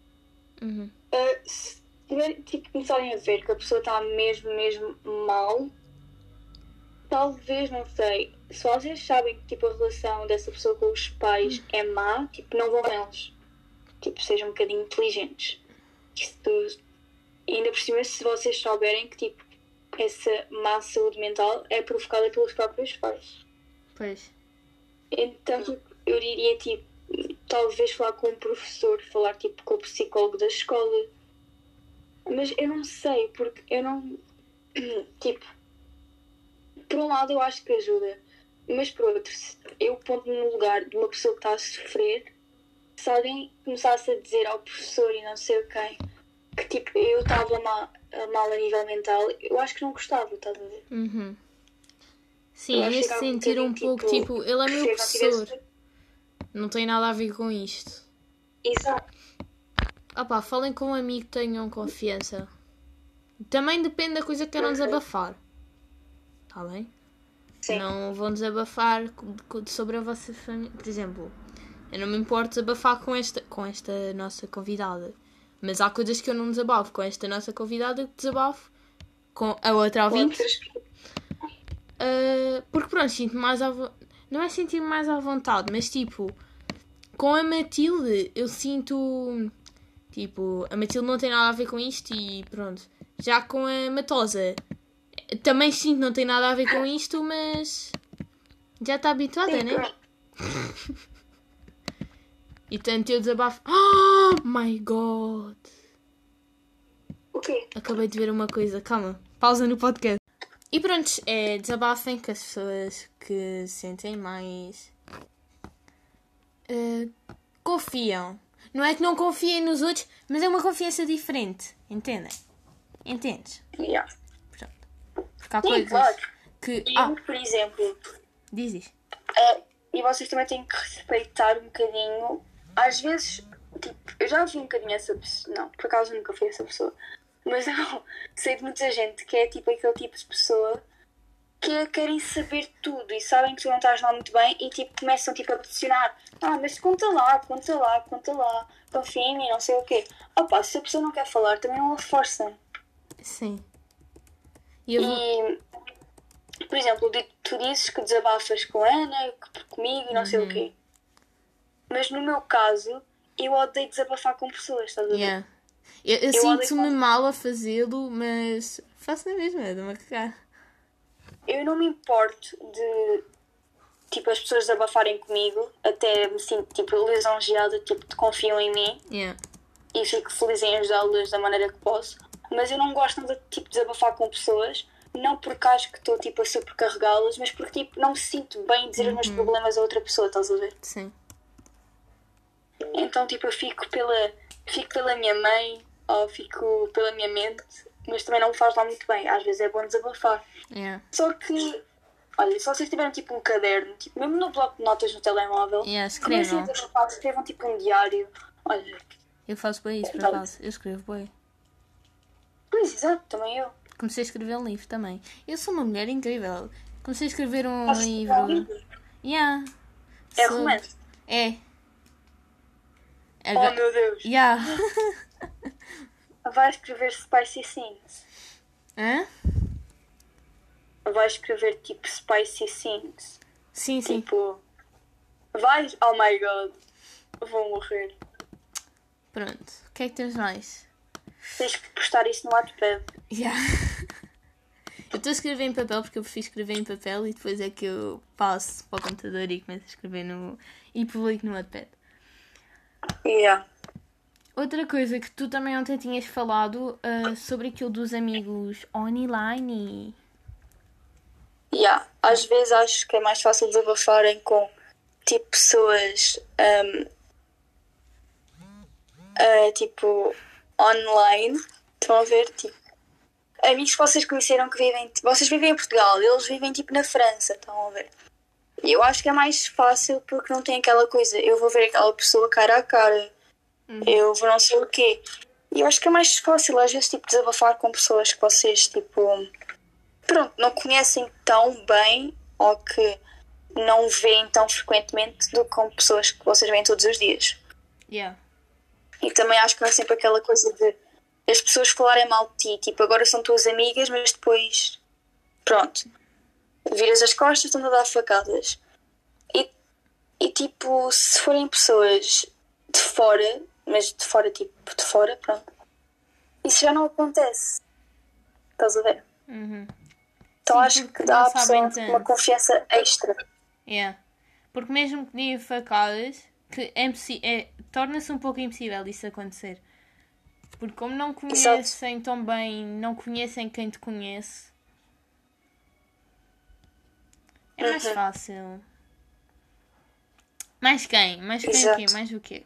Se tipo, começarem a ver que a pessoa está mesmo mal, talvez, não sei, se vocês sabem que tipo, a relação dessa pessoa com os pais é má, tipo, não vão com eles. Tipo, sejam um bocadinho inteligentes. Ainda por cima, se vocês souberem que tipo, essa má saúde mental é provocada pelos próprios pais. Pois. Então, tipo, eu diria, tipo, talvez falar com um professor, falar, tipo, com o psicólogo da escola. Mas eu não sei, porque eu não... Tipo, por um lado eu acho que ajuda, mas por outro, eu ponho-me no lugar de uma pessoa que está a sofrer, se alguém começasse a dizer ao professor e não sei o quem, que, tipo, eu estava mal a nível mental, eu acho que não gostava, estás a ver? Sim, esse sentir um pouco, tipo, ele é meu professor. Não tem nada a ver com isto. Exato. Opá, falem com um amigo que tenham confiança. Também depende da coisa que queiram desabafar. Está bem? Sim. Não vão desabafar sobre a vossa família. Por exemplo, eu não me importo desabafar com esta nossa convidada. Mas há coisas que eu não desabafo com esta nossa convidada que desabafo com a outra ouvinte. Porque pronto, sinto mais não é sentir mais à vontade, mas tipo, com a Matilde eu sinto, tipo, a Matilde não tem nada a ver com isto e pronto. Já com a Matosa também sinto que não tem nada a ver com isto, mas já está habituada, sim, né? E tanto eu desabafo. Oh my god! O quê? Acabei de ver uma coisa, calma, pausa no podcast. E pronto, desabafem com as pessoas que sentem mais... confiam. Não é que não confiem nos outros, mas é uma confiança diferente. Entendem? Entendes? Yeah. Pronto. Porque há Sim, coisas claro. que... Eu, por exemplo... Diz. E vocês também têm que respeitar um bocadinho... Às vezes, tipo, eu já vi um bocadinho essa pessoa... Não, por acaso nunca fui essa pessoa. Mas eu sei de muita gente que é tipo aquele tipo de pessoa que querem saber tudo e sabem que tu não estás lá muito bem e tipo começam tipo a pressionar. Mas conta lá, confia em mim, não sei o quê. Opa, se a pessoa não quer falar, também não a força. Sim. Por exemplo, tu dizes que desabafas com a Ana, comigo e não sei o quê. Mas no meu caso, eu odeio desabafar com pessoas, estás a ver? Yeah. Eu sinto-me mal a fazê-lo, mas faço na mesma, dou-me a cagar. Eu não me importo de, tipo, as pessoas desabafarem comigo, até me sinto, tipo, lisonjeada, tipo, confiam em mim. Yeah. E fico feliz em ajudá-las da maneira que posso. Mas eu não gosto de, tipo, desabafar com pessoas, não porque acho que estou, tipo, a supercarregá-las, mas porque, tipo, não me sinto bem dizer os meus problemas a outra pessoa, estás a ver? Sim. Então, tipo, eu fico pela minha mãe, ou fico pela minha mente, mas também não me faz lá muito bem. Às vezes é bom desabafar. Yeah. Só que, Olha, se vocês tiverem tipo um caderno, tipo, mesmo no bloco de notas no telemóvel, Escrevam. escrevam tipo um diário. Olha, Eu faço bem isso, por acaso. Eu escrevo bem. pois, exato, também eu. Comecei a escrever um livro também. Eu sou uma mulher incrível. Comecei a escrever um Posso escrever um livro. livro? Yeah. É Sobre- romance. É. Oh meu Deus. Yeah. Vai escrever Spicy Things. Hã? Vai escrever tipo Spicy Things. Sim, sim. Tipo, vais? Oh my god, vou morrer. Pronto. O que é que temos mais? Tens que postar isso no Wattpad. Yeah. Eu estou a escrever em papel porque eu prefiro escrever em papel e depois é que eu passo para o computador e começo a escrever e publico no Wattpad. Yeah. Outra coisa que tu também ontem tinhas falado sobre aquilo dos amigos online. Yeah. Às vezes acho que é mais fácil desabafarem com tipo pessoas tipo online. Estão a ver? Tipo, amigos que vocês conheceram que vivem. Vocês vivem em Portugal, eles vivem tipo na França, estão a ver? E eu acho que é mais fácil porque não tem aquela coisa, eu vou ver aquela pessoa cara a cara, eu vou não sei o quê. E eu acho que é mais fácil às vezes tipo desabafar com pessoas que vocês tipo pronto, não conhecem tão bem ou que não veem tão frequentemente do que com pessoas que vocês veem todos os dias. Yeah. E também acho que não é sempre aquela coisa de as pessoas falarem mal de ti, tipo, agora são tuas amigas, mas depois, pronto, viras as costas, estão a dar facadas. E tipo, se forem pessoas de fora, mas de fora, tipo, de fora, pronto, isso já não acontece. Estás a ver? Uhum. Então Sim, acho porque que dá não à pessoa sabem uma tanto. confiança extra. Yeah. Porque mesmo que deem facadas, que torna-se um pouco impossível isso acontecer. Porque como não conhecem tão bem, não conhecem quem te conhece, é mais fácil. Mais quem? Mais quem o quê? Exato. Mais o quê?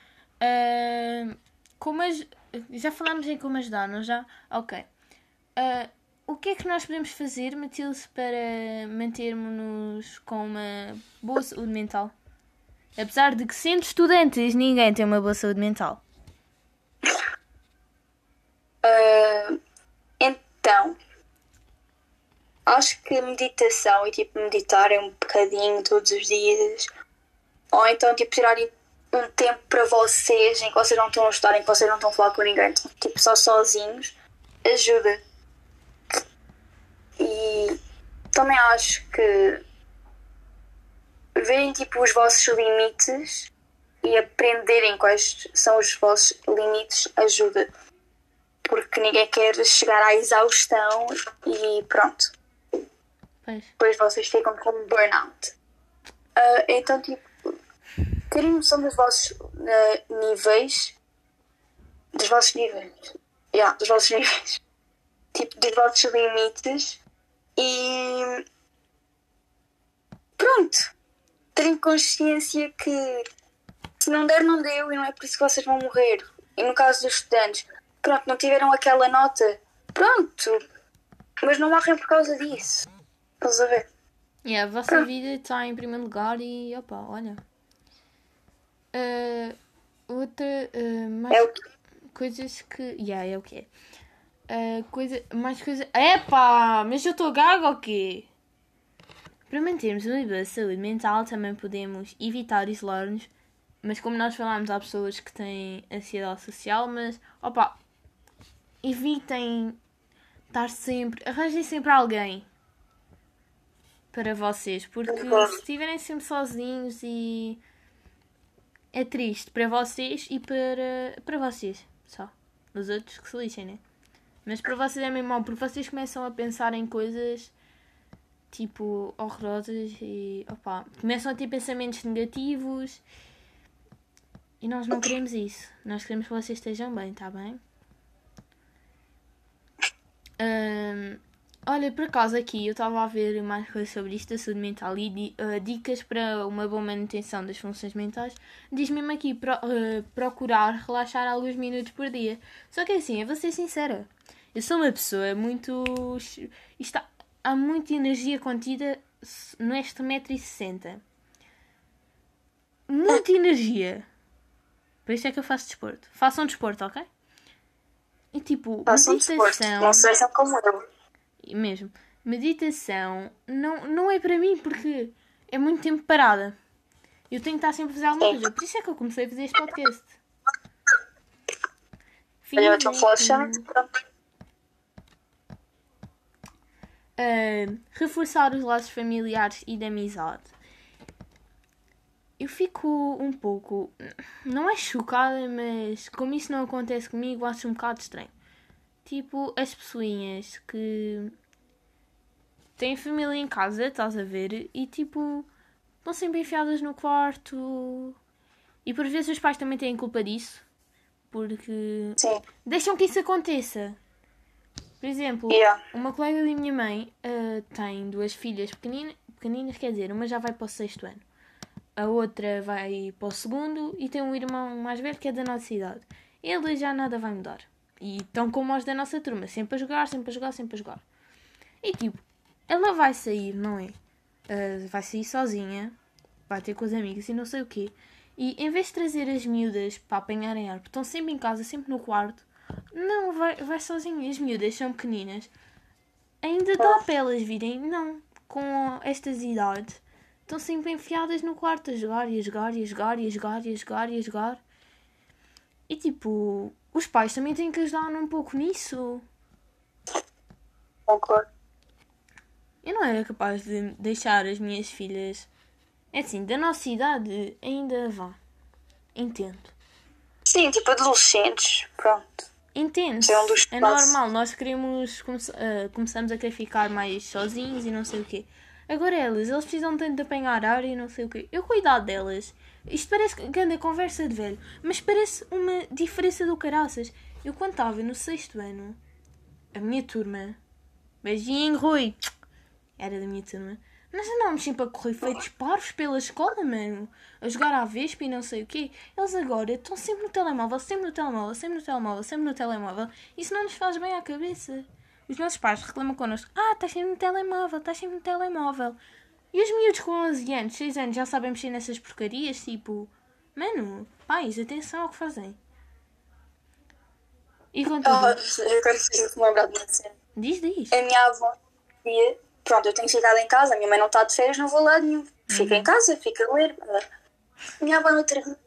Já falámos em como ajudar, não já? Ok. O que é que nós podemos fazer, Matilde, para mantermos-nos com uma boa saúde mental? Apesar de que, sendo estudantes, ninguém tem uma boa saúde mental. Então, acho que meditação e tipo meditarem um bocadinho todos os dias, ou então tipo tirarem um tempo para vocês em que vocês não estão a estudar, em que vocês não estão a falar com ninguém, tipo só sozinhos, ajuda. E também acho que verem tipo os vossos limites e aprenderem quais são os vossos limites ajuda. Porque ninguém quer chegar à exaustão e pronto. Pois. Depois vocês ficam com burnout. Então, tipo, terem noção dos vossos níveis. Dos vossos níveis. Dos vossos níveis. Tipo, dos vossos limites. E pronto. Terem consciência que se não der, não deu e não é por isso que vocês vão morrer. E no caso dos estudantes, pronto, não tiveram aquela nota. Pronto. Mas não morrem por causa disso. Estás a ver? A vossa vida está em primeiro lugar e opa, olha. Mais É o que... coisas que. É o que é. Mais coisas. Epá! Mas eu estou gaga ou quê? Para mantermos uma boa saúde mental também podemos evitar isolar-nos. Mas como nós falámos, há pessoas que têm ansiedade social, mas opa, evitem estar sempre. Arranjem sempre alguém para vocês, porque se estiverem sempre sozinhos e é triste para vocês e para vocês só. Os outros que se lixem, né? Mas para vocês é mesmo mau, porque vocês começam a pensar em coisas tipo horrorosas e opa, começam a ter pensamentos negativos e nós não queremos isso. Nós queremos que vocês estejam bem, tá bem? Olha, por acaso aqui eu estava a ver mais coisas sobre isto da saúde mental e dicas para uma boa manutenção das funções mentais. Diz mesmo aqui procurar relaxar alguns minutos por dia. Só que assim, eu vou ser sincera, eu sou uma pessoa muito... há muita energia contida neste 1,60 m. Muita energia. Por isso é que eu faço desporto. Façam desporto, ok? E tipo, Façam desporto. meditação... Não sejam como eu. Mesmo. Meditação não é para mim porque é muito tempo parada. Eu tenho que estar sempre a fazer alguma coisa. Por isso é que eu comecei a fazer este podcast. Olha, eu estou relaxante. Reforçar os laços familiares e de amizade. Eu fico um pouco... Não é chocada, mas como isso não acontece comigo, acho um bocado estranho. Tipo, as pessoinhas que têm família em casa, estás a ver? E tipo, estão sempre enfiadas no quarto. E por vezes os pais também têm culpa disso. Porque Sim. deixam que isso aconteça. Por exemplo, uma colega da minha mãe tem 2 filhas pequeninas, quer dizer, uma já vai para o 6º ano. A outra vai para o 2º e tem um irmão mais velho que é da nossa idade. Ele já nada vai mudar. E estão como os da nossa turma, sempre a jogar, sempre a jogar, sempre a jogar. E tipo, ela vai sair, não é? Vai sair sozinha, vai ter com os amigos e não sei o quê. E em vez de trazer as miúdas para apanharem ar, porque estão sempre em casa, sempre no quarto, não, vai sozinha. As miúdas são pequeninas. Ainda dá para elas virem, não. Com estas idades, estão sempre enfiadas no quarto a jogar e a jogar e a jogar e a jogar e a jogar e a jogar. E tipo, os pais também têm que ajudar um pouco nisso. Concordo. Eu não era capaz de deixar as minhas filhas... É assim, da nossa idade ainda vá. Entendo. Sim, tipo adolescentes. Pronto. Entendo. Isso é um dos É passos. normal, nós queremos... começamos a querer ficar mais sozinhos e não sei o quê. Agora eles precisam tanto de apanhar ar e não sei o quê. Eu cuidar delas. Isto parece que anda conversa de velho. Mas parece uma diferença do caraças. Eu quando estava no 6º ano, a minha turma... Beijinho, Rui. Era da minha turma. Nós andávamos sempre a correr feitos parvos pela escola, mano. A jogar à vespa e não sei o quê. Eles agora estão sempre no telemóvel, sempre no telemóvel, sempre no telemóvel, sempre no telemóvel. Isso não nos faz bem à cabeça. Os nossos pais reclamam connosco. Estás sempre no telemóvel, estás sempre no telemóvel. E os miúdos com 11 anos, 6 anos já sabem mexer nessas porcarias, tipo... Mano, pais, atenção ao que fazem. E contudo... Eu quero me lembrar de uma cena. Diz. A minha avó dizia, pronto, eu tenho ficado em casa, a minha mãe não está de férias, não vou lá nenhum. Fica em casa, fica a ler. A minha avó no outro dia,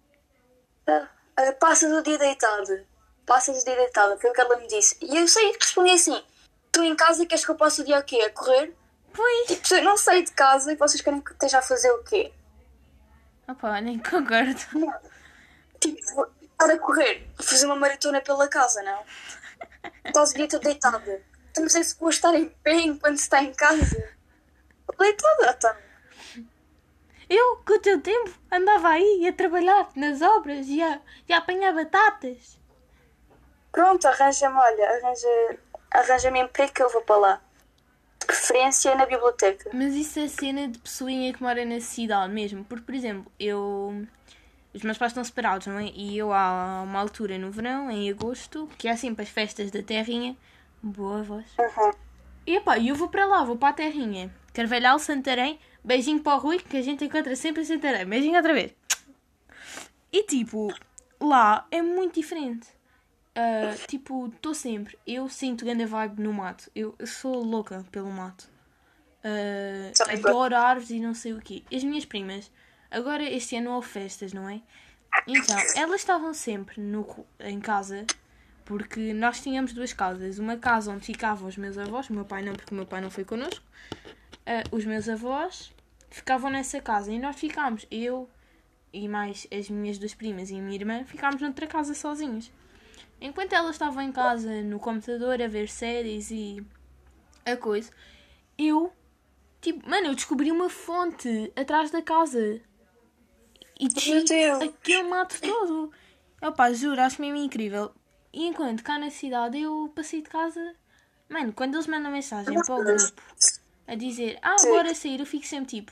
passas o dia deitada. Passas o dia deitada, foi o que ela me disse. E eu sei, respondi assim, tu em casa queres que eu passe o dia o quê? A correr? Pois. Tipo, eu não saio de casa e vocês querem que eu esteja a fazer o quê? Opa, nem concordo. Tipo, estar a correr, fazer uma maratona pela casa, não? Estás o dia todo deitada. Tu não sei se vou estar em pé enquanto se está em casa. Deitada, tá? Eu, com o teu tempo, andava aí a trabalhar nas obras e a apanhar batatas. Pronto, arranja-me, olha, arranja-me emprego que eu vou para lá. De preferência na biblioteca. Mas isso é cena de pessoinha que mora na cidade mesmo. Porque, por exemplo, os meus pais estão separados, não é? E eu há uma altura no verão, em agosto, que há sempre as festas da terrinha. Boa voz. E epá, eu vou para lá, vou para a terrinha. Carvalhal, Santarém. Beijinho para o Rui, que a gente encontra sempre em Santarém. Beijinho outra vez. E tipo, lá é muito diferente. Tipo, estou sempre. Eu sinto grande vibe no mato. Eu sou louca pelo mato. Adoro árvores e não sei o quê. As minhas primas, agora este ano houve festas, não é? Então, elas estavam sempre em casa, porque nós tínhamos 2 casas. Uma casa onde ficavam os meus avós, o meu pai não, porque o meu pai não foi connosco. Os meus avós ficavam nessa casa e nós ficámos, eu e mais as minhas 2 primas e a minha irmã, ficámos noutra casa sozinhos. Enquanto elas estavam em casa, no computador, a ver séries e a coisa, eu descobri uma fonte atrás da casa. E desci aquele mato todo. Opa, juro, acho mesmo incrível. E enquanto cá na cidade eu passei de casa... Mano, quando eles mandam mensagem para o grupo a dizer, bora sair, eu fico sempre tipo...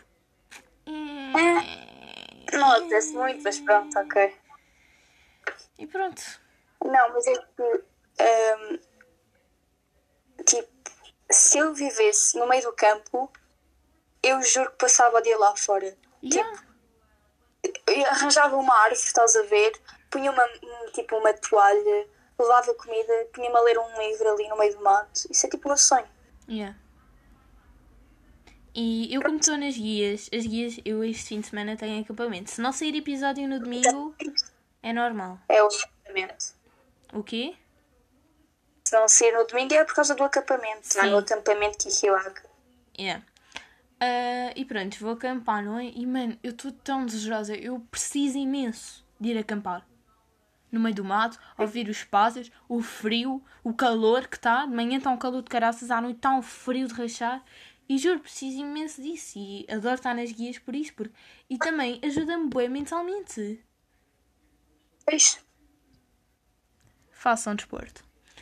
Não acontece muito, mas pronto, ok. E pronto. Não, mas é que... tipo, se eu vivesse no meio do campo, eu juro que passava o dia lá fora. Yeah. Eu arranjava uma árvore, estás a ver? Punha tipo uma toalha, levava comida, punha-me a ler um livro ali no meio do mato. Isso é tipo o meu sonho. Yeah. E eu como estou nas guias, as guias, eu este fim de semana tenho acampamento. Se não sair episódio no domingo, é normal. É o acampamento. O quê? Se não sair no domingo é por causa do acampamento, não é no acampamento que eu hago. Yeah. E pronto, vou acampar, não é? E mano, eu estou tão desejosa, eu preciso imenso de ir acampar. No meio do mato, ouvir os pássaros, o frio, o calor que está. De manhã está um calor de caraças, à noite está um frio de rachar. E juro, preciso imenso disso. E adoro estar nas guias por isso. E também ajuda-me bem mentalmente. Pois. Façam desporto.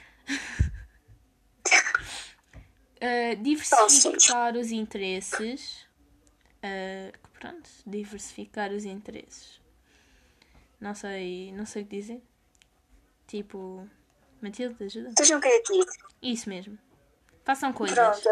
Diversificar os interesses. Pronto, diversificar os interesses. Não sei o que dizer. Tipo, Matilde, ajuda. Sejam criativos. Isso mesmo. Façam coisas. Pronto.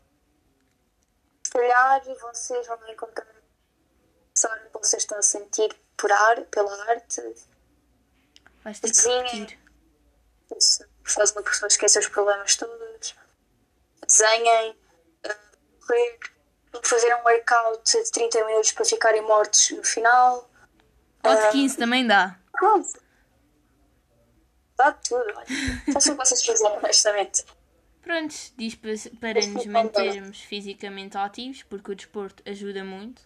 Se calhar vocês vão encontrar o que vocês estão a sentir pela arte. Vais ter que Desenhem. repetir. Isso faz uma pessoa esquecer os problemas todos. Desenhem. Correr. Fazer um workout de 30 minutos para ficarem mortos no final. Ou de 15 também dá. Pronto. Dá tudo, olha. Façam o que vocês fizerem, honestamente. Pronto, diz para nos mantermos fisicamente ativos, porque o desporto ajuda muito.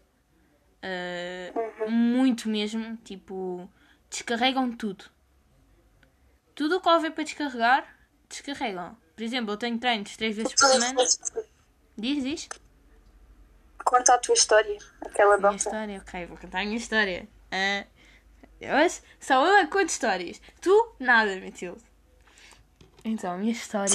Muito mesmo. Tipo, descarregam tudo. Tudo o que houver para descarregar, descarregam. Por exemplo, eu tenho treinos 3 vezes por semana. Diz. Conta a tua história. Aquela Minha bota. história, ok, vou contar a minha história. Hoje só eu é que conto histórias. Tu, nada, Matilde. Então, a minha história...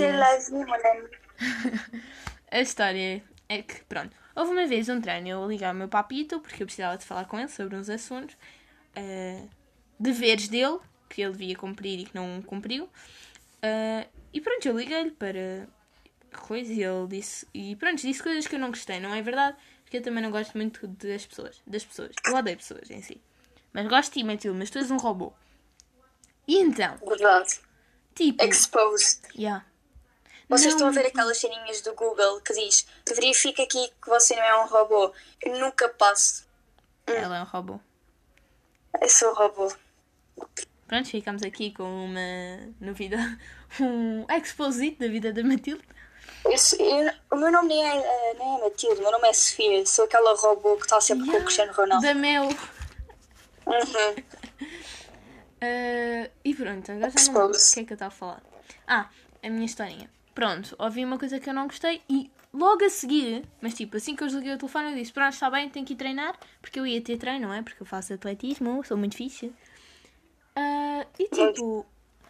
A história é que, pronto, houve uma vez um treino, eu liguei ao meu papito, porque eu precisava de falar com ele sobre uns assuntos, deveres dele, que ele devia cumprir e que não cumpriu. E pronto, eu liguei-lhe para coisa e ele disse... E pronto, disse coisas que eu não gostei, não é verdade? Porque eu também não gosto muito das pessoas. Eu odeio pessoas em si. Mas gosto de ti, Matilde, mas tu és um robô. E então... Verdade. Tipo... Exposed. Yeah. Vocês estão a ver aquelas ceninhas do Google que diz: verifica aqui que você não é um robô. Eu nunca passo. Ela é um robô. Eu sou um robô. Pronto, ficamos aqui com uma novidade. Um exposito da vida da Matilde. O meu nome nem é Matilde, o meu nome é Sofia. Sou aquela robô que está sempre com o Cristiano Ronaldo. Da Mel. Uhum. E pronto, agora já não lembro o que é que eu estava a falar. A minha historinha. Pronto, ouvi uma coisa que eu não gostei e logo a seguir, mas tipo, assim que eu desliguei o telefone, eu disse: pronto, está bem, tenho que ir treinar, porque eu ia ter treino, não é? Porque eu faço atletismo, sou muito fixe. E tipo,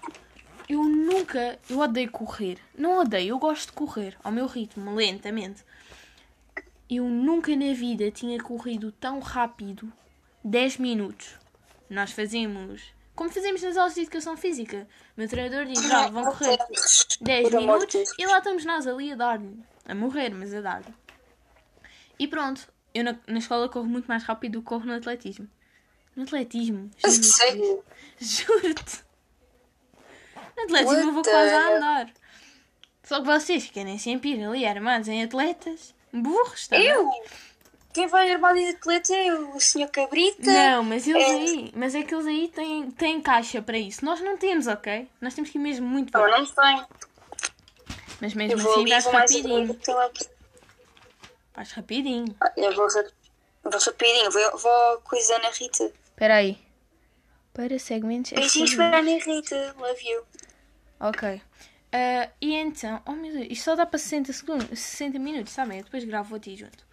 eu odeio correr. Não odeio, eu gosto de correr ao meu ritmo, lentamente. Eu nunca na vida tinha corrido tão rápido 10 minutos. Nós fazemos, como fazemos nas aulas de educação física. O meu treinador diz: vão correr 10 minutos e lá estamos nós ali a dar-lhe. A morrer, mas a dar-lhe. E pronto, eu na escola corro muito mais rápido do que corro no atletismo. No atletismo, Sério? juro-te. No atletismo eu vou quase a andar. Só que vocês querem sempre ir ali armados em atletas. Burros, tá? Eu? Quem vai armado de atleta é o Sr. Cabrita. Não, mas é que eles aí têm caixa para isso. Nós não temos, ok? Nós temos que ir mesmo muito Não, bem. não tenho. Mas mesmo Eu vou assim ali, vais vou mais rapidinho. Vais rapidinho. Eu vou rapidinho. Vou coisar na Rita. Espera aí. Para segmentos... Beijinhos para a Ana Rita. Love you. Ok. E então... Oh meu Deus, isto só dá para 60 minutos, sabem? Eu depois gravo aqui junto.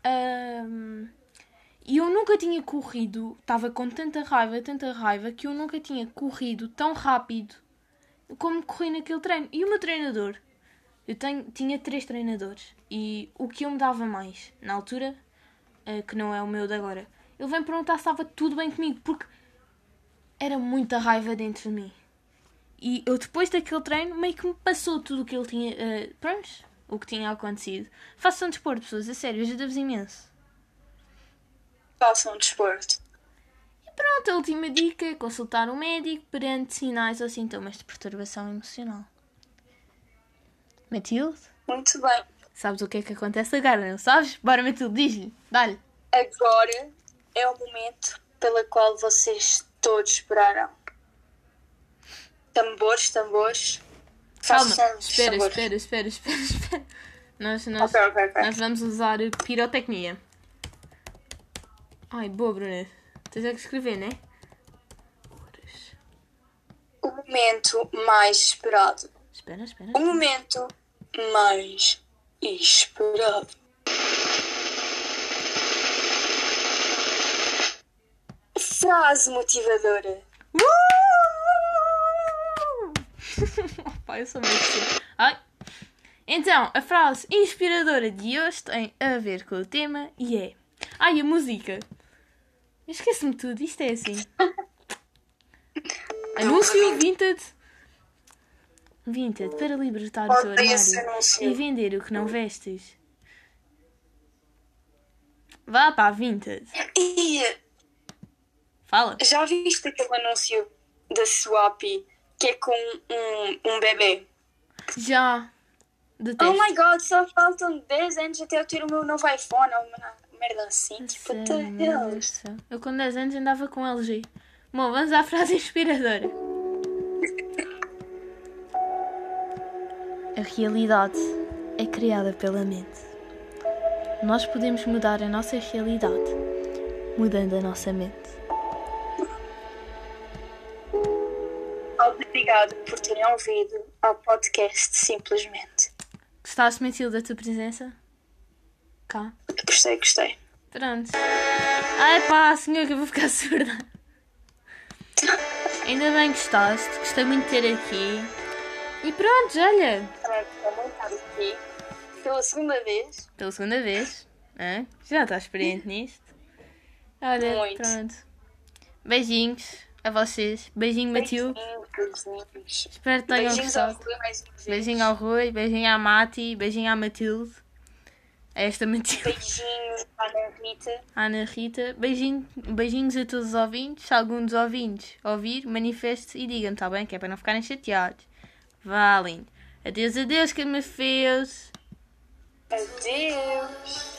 E eu nunca tinha corrido... Estava com tanta raiva, que eu nunca tinha corrido tão rápido como corri naquele treino. E o meu treinador... tinha 3 treinadores. E o que eu me dava mais, na altura, que não é o meu de agora, ele vem perguntar se estava tudo bem comigo, porque era muita raiva dentro de mim. E eu, depois daquele treino, meio que me passou tudo o que ele tinha... pronto, o que tinha acontecido. Façam desporto, pessoas, a sério, ajuda-vos imenso. Façam desporto. E pronto, a última dica é consultar um médico perante sinais ou sintomas de perturbação emocional. Matilde? Muito bem. Sabes o que é que acontece agora, não sabes? Bora, Matilde, diz-lhe, dá-lhe. Agora é o momento pelo qual vocês todos esperaram. Tambores. Calma, Façam os espera. tambores. Nós Ok. vamos usar pirotecnia. Ai, boa, Bruna. Tens é que escrever, né? O momento mais esperado. Espera. O momento mais esperado. Frase motivadora. Pai, eu sou muito assim. Ai. Então, a frase inspiradora de hoje tem a ver com o tema e é... Ai, a música. Eu esqueço-me tudo, isto é assim. Anúncio Vinted. Vinted para libertar o teu Odeio esse armário anúncio. e vender o que não vestes. Vá para a Vinted. E Fala. já viste aquele anúncio da Swap que é com um bebê? Já. Oh Detesto. my god, só faltam 10 anos até eu ter o meu novo iPhone. Ou uma merda assim. Tipo, what the Sério, meu hell? Deus do céu. Eu com 10 anos andava com LG. Bom, vamos à frase inspiradora. A realidade é criada pela mente. Nós podemos mudar a nossa realidade mudando a nossa mente. Obrigado por terem ouvido ao podcast Simplesmente. Gostaste, Matilde, da tua presença? Cá. Gostei. Pronto. Ai pá, senhor, que eu vou ficar surda. Ainda bem que gostaste. Gostei muito de ter aqui. E pronto, olha. Vou estar aqui pela segunda vez. Pela segunda vez. Hã? Já estás experiente nisto? Olha, Muito. pronto. Beijinhos a vocês. Beijinho, Matilde. Beijinhos. Espero que tenham Beijinhos ao gostado. Rui mais uma vez. Beijinho ao Rui, beijinho à Mati, beijinho à Matilde. A esta Matilde. Beijinhos à Ana Rita. À Ana Rita. Beijinhos a todos os ouvintes. Se algum dos ouvintes ouvir, manifeste-se e diga-me, está bem? Que é para não ficarem chateados. Valem. Adeus, que me fez. Adeus.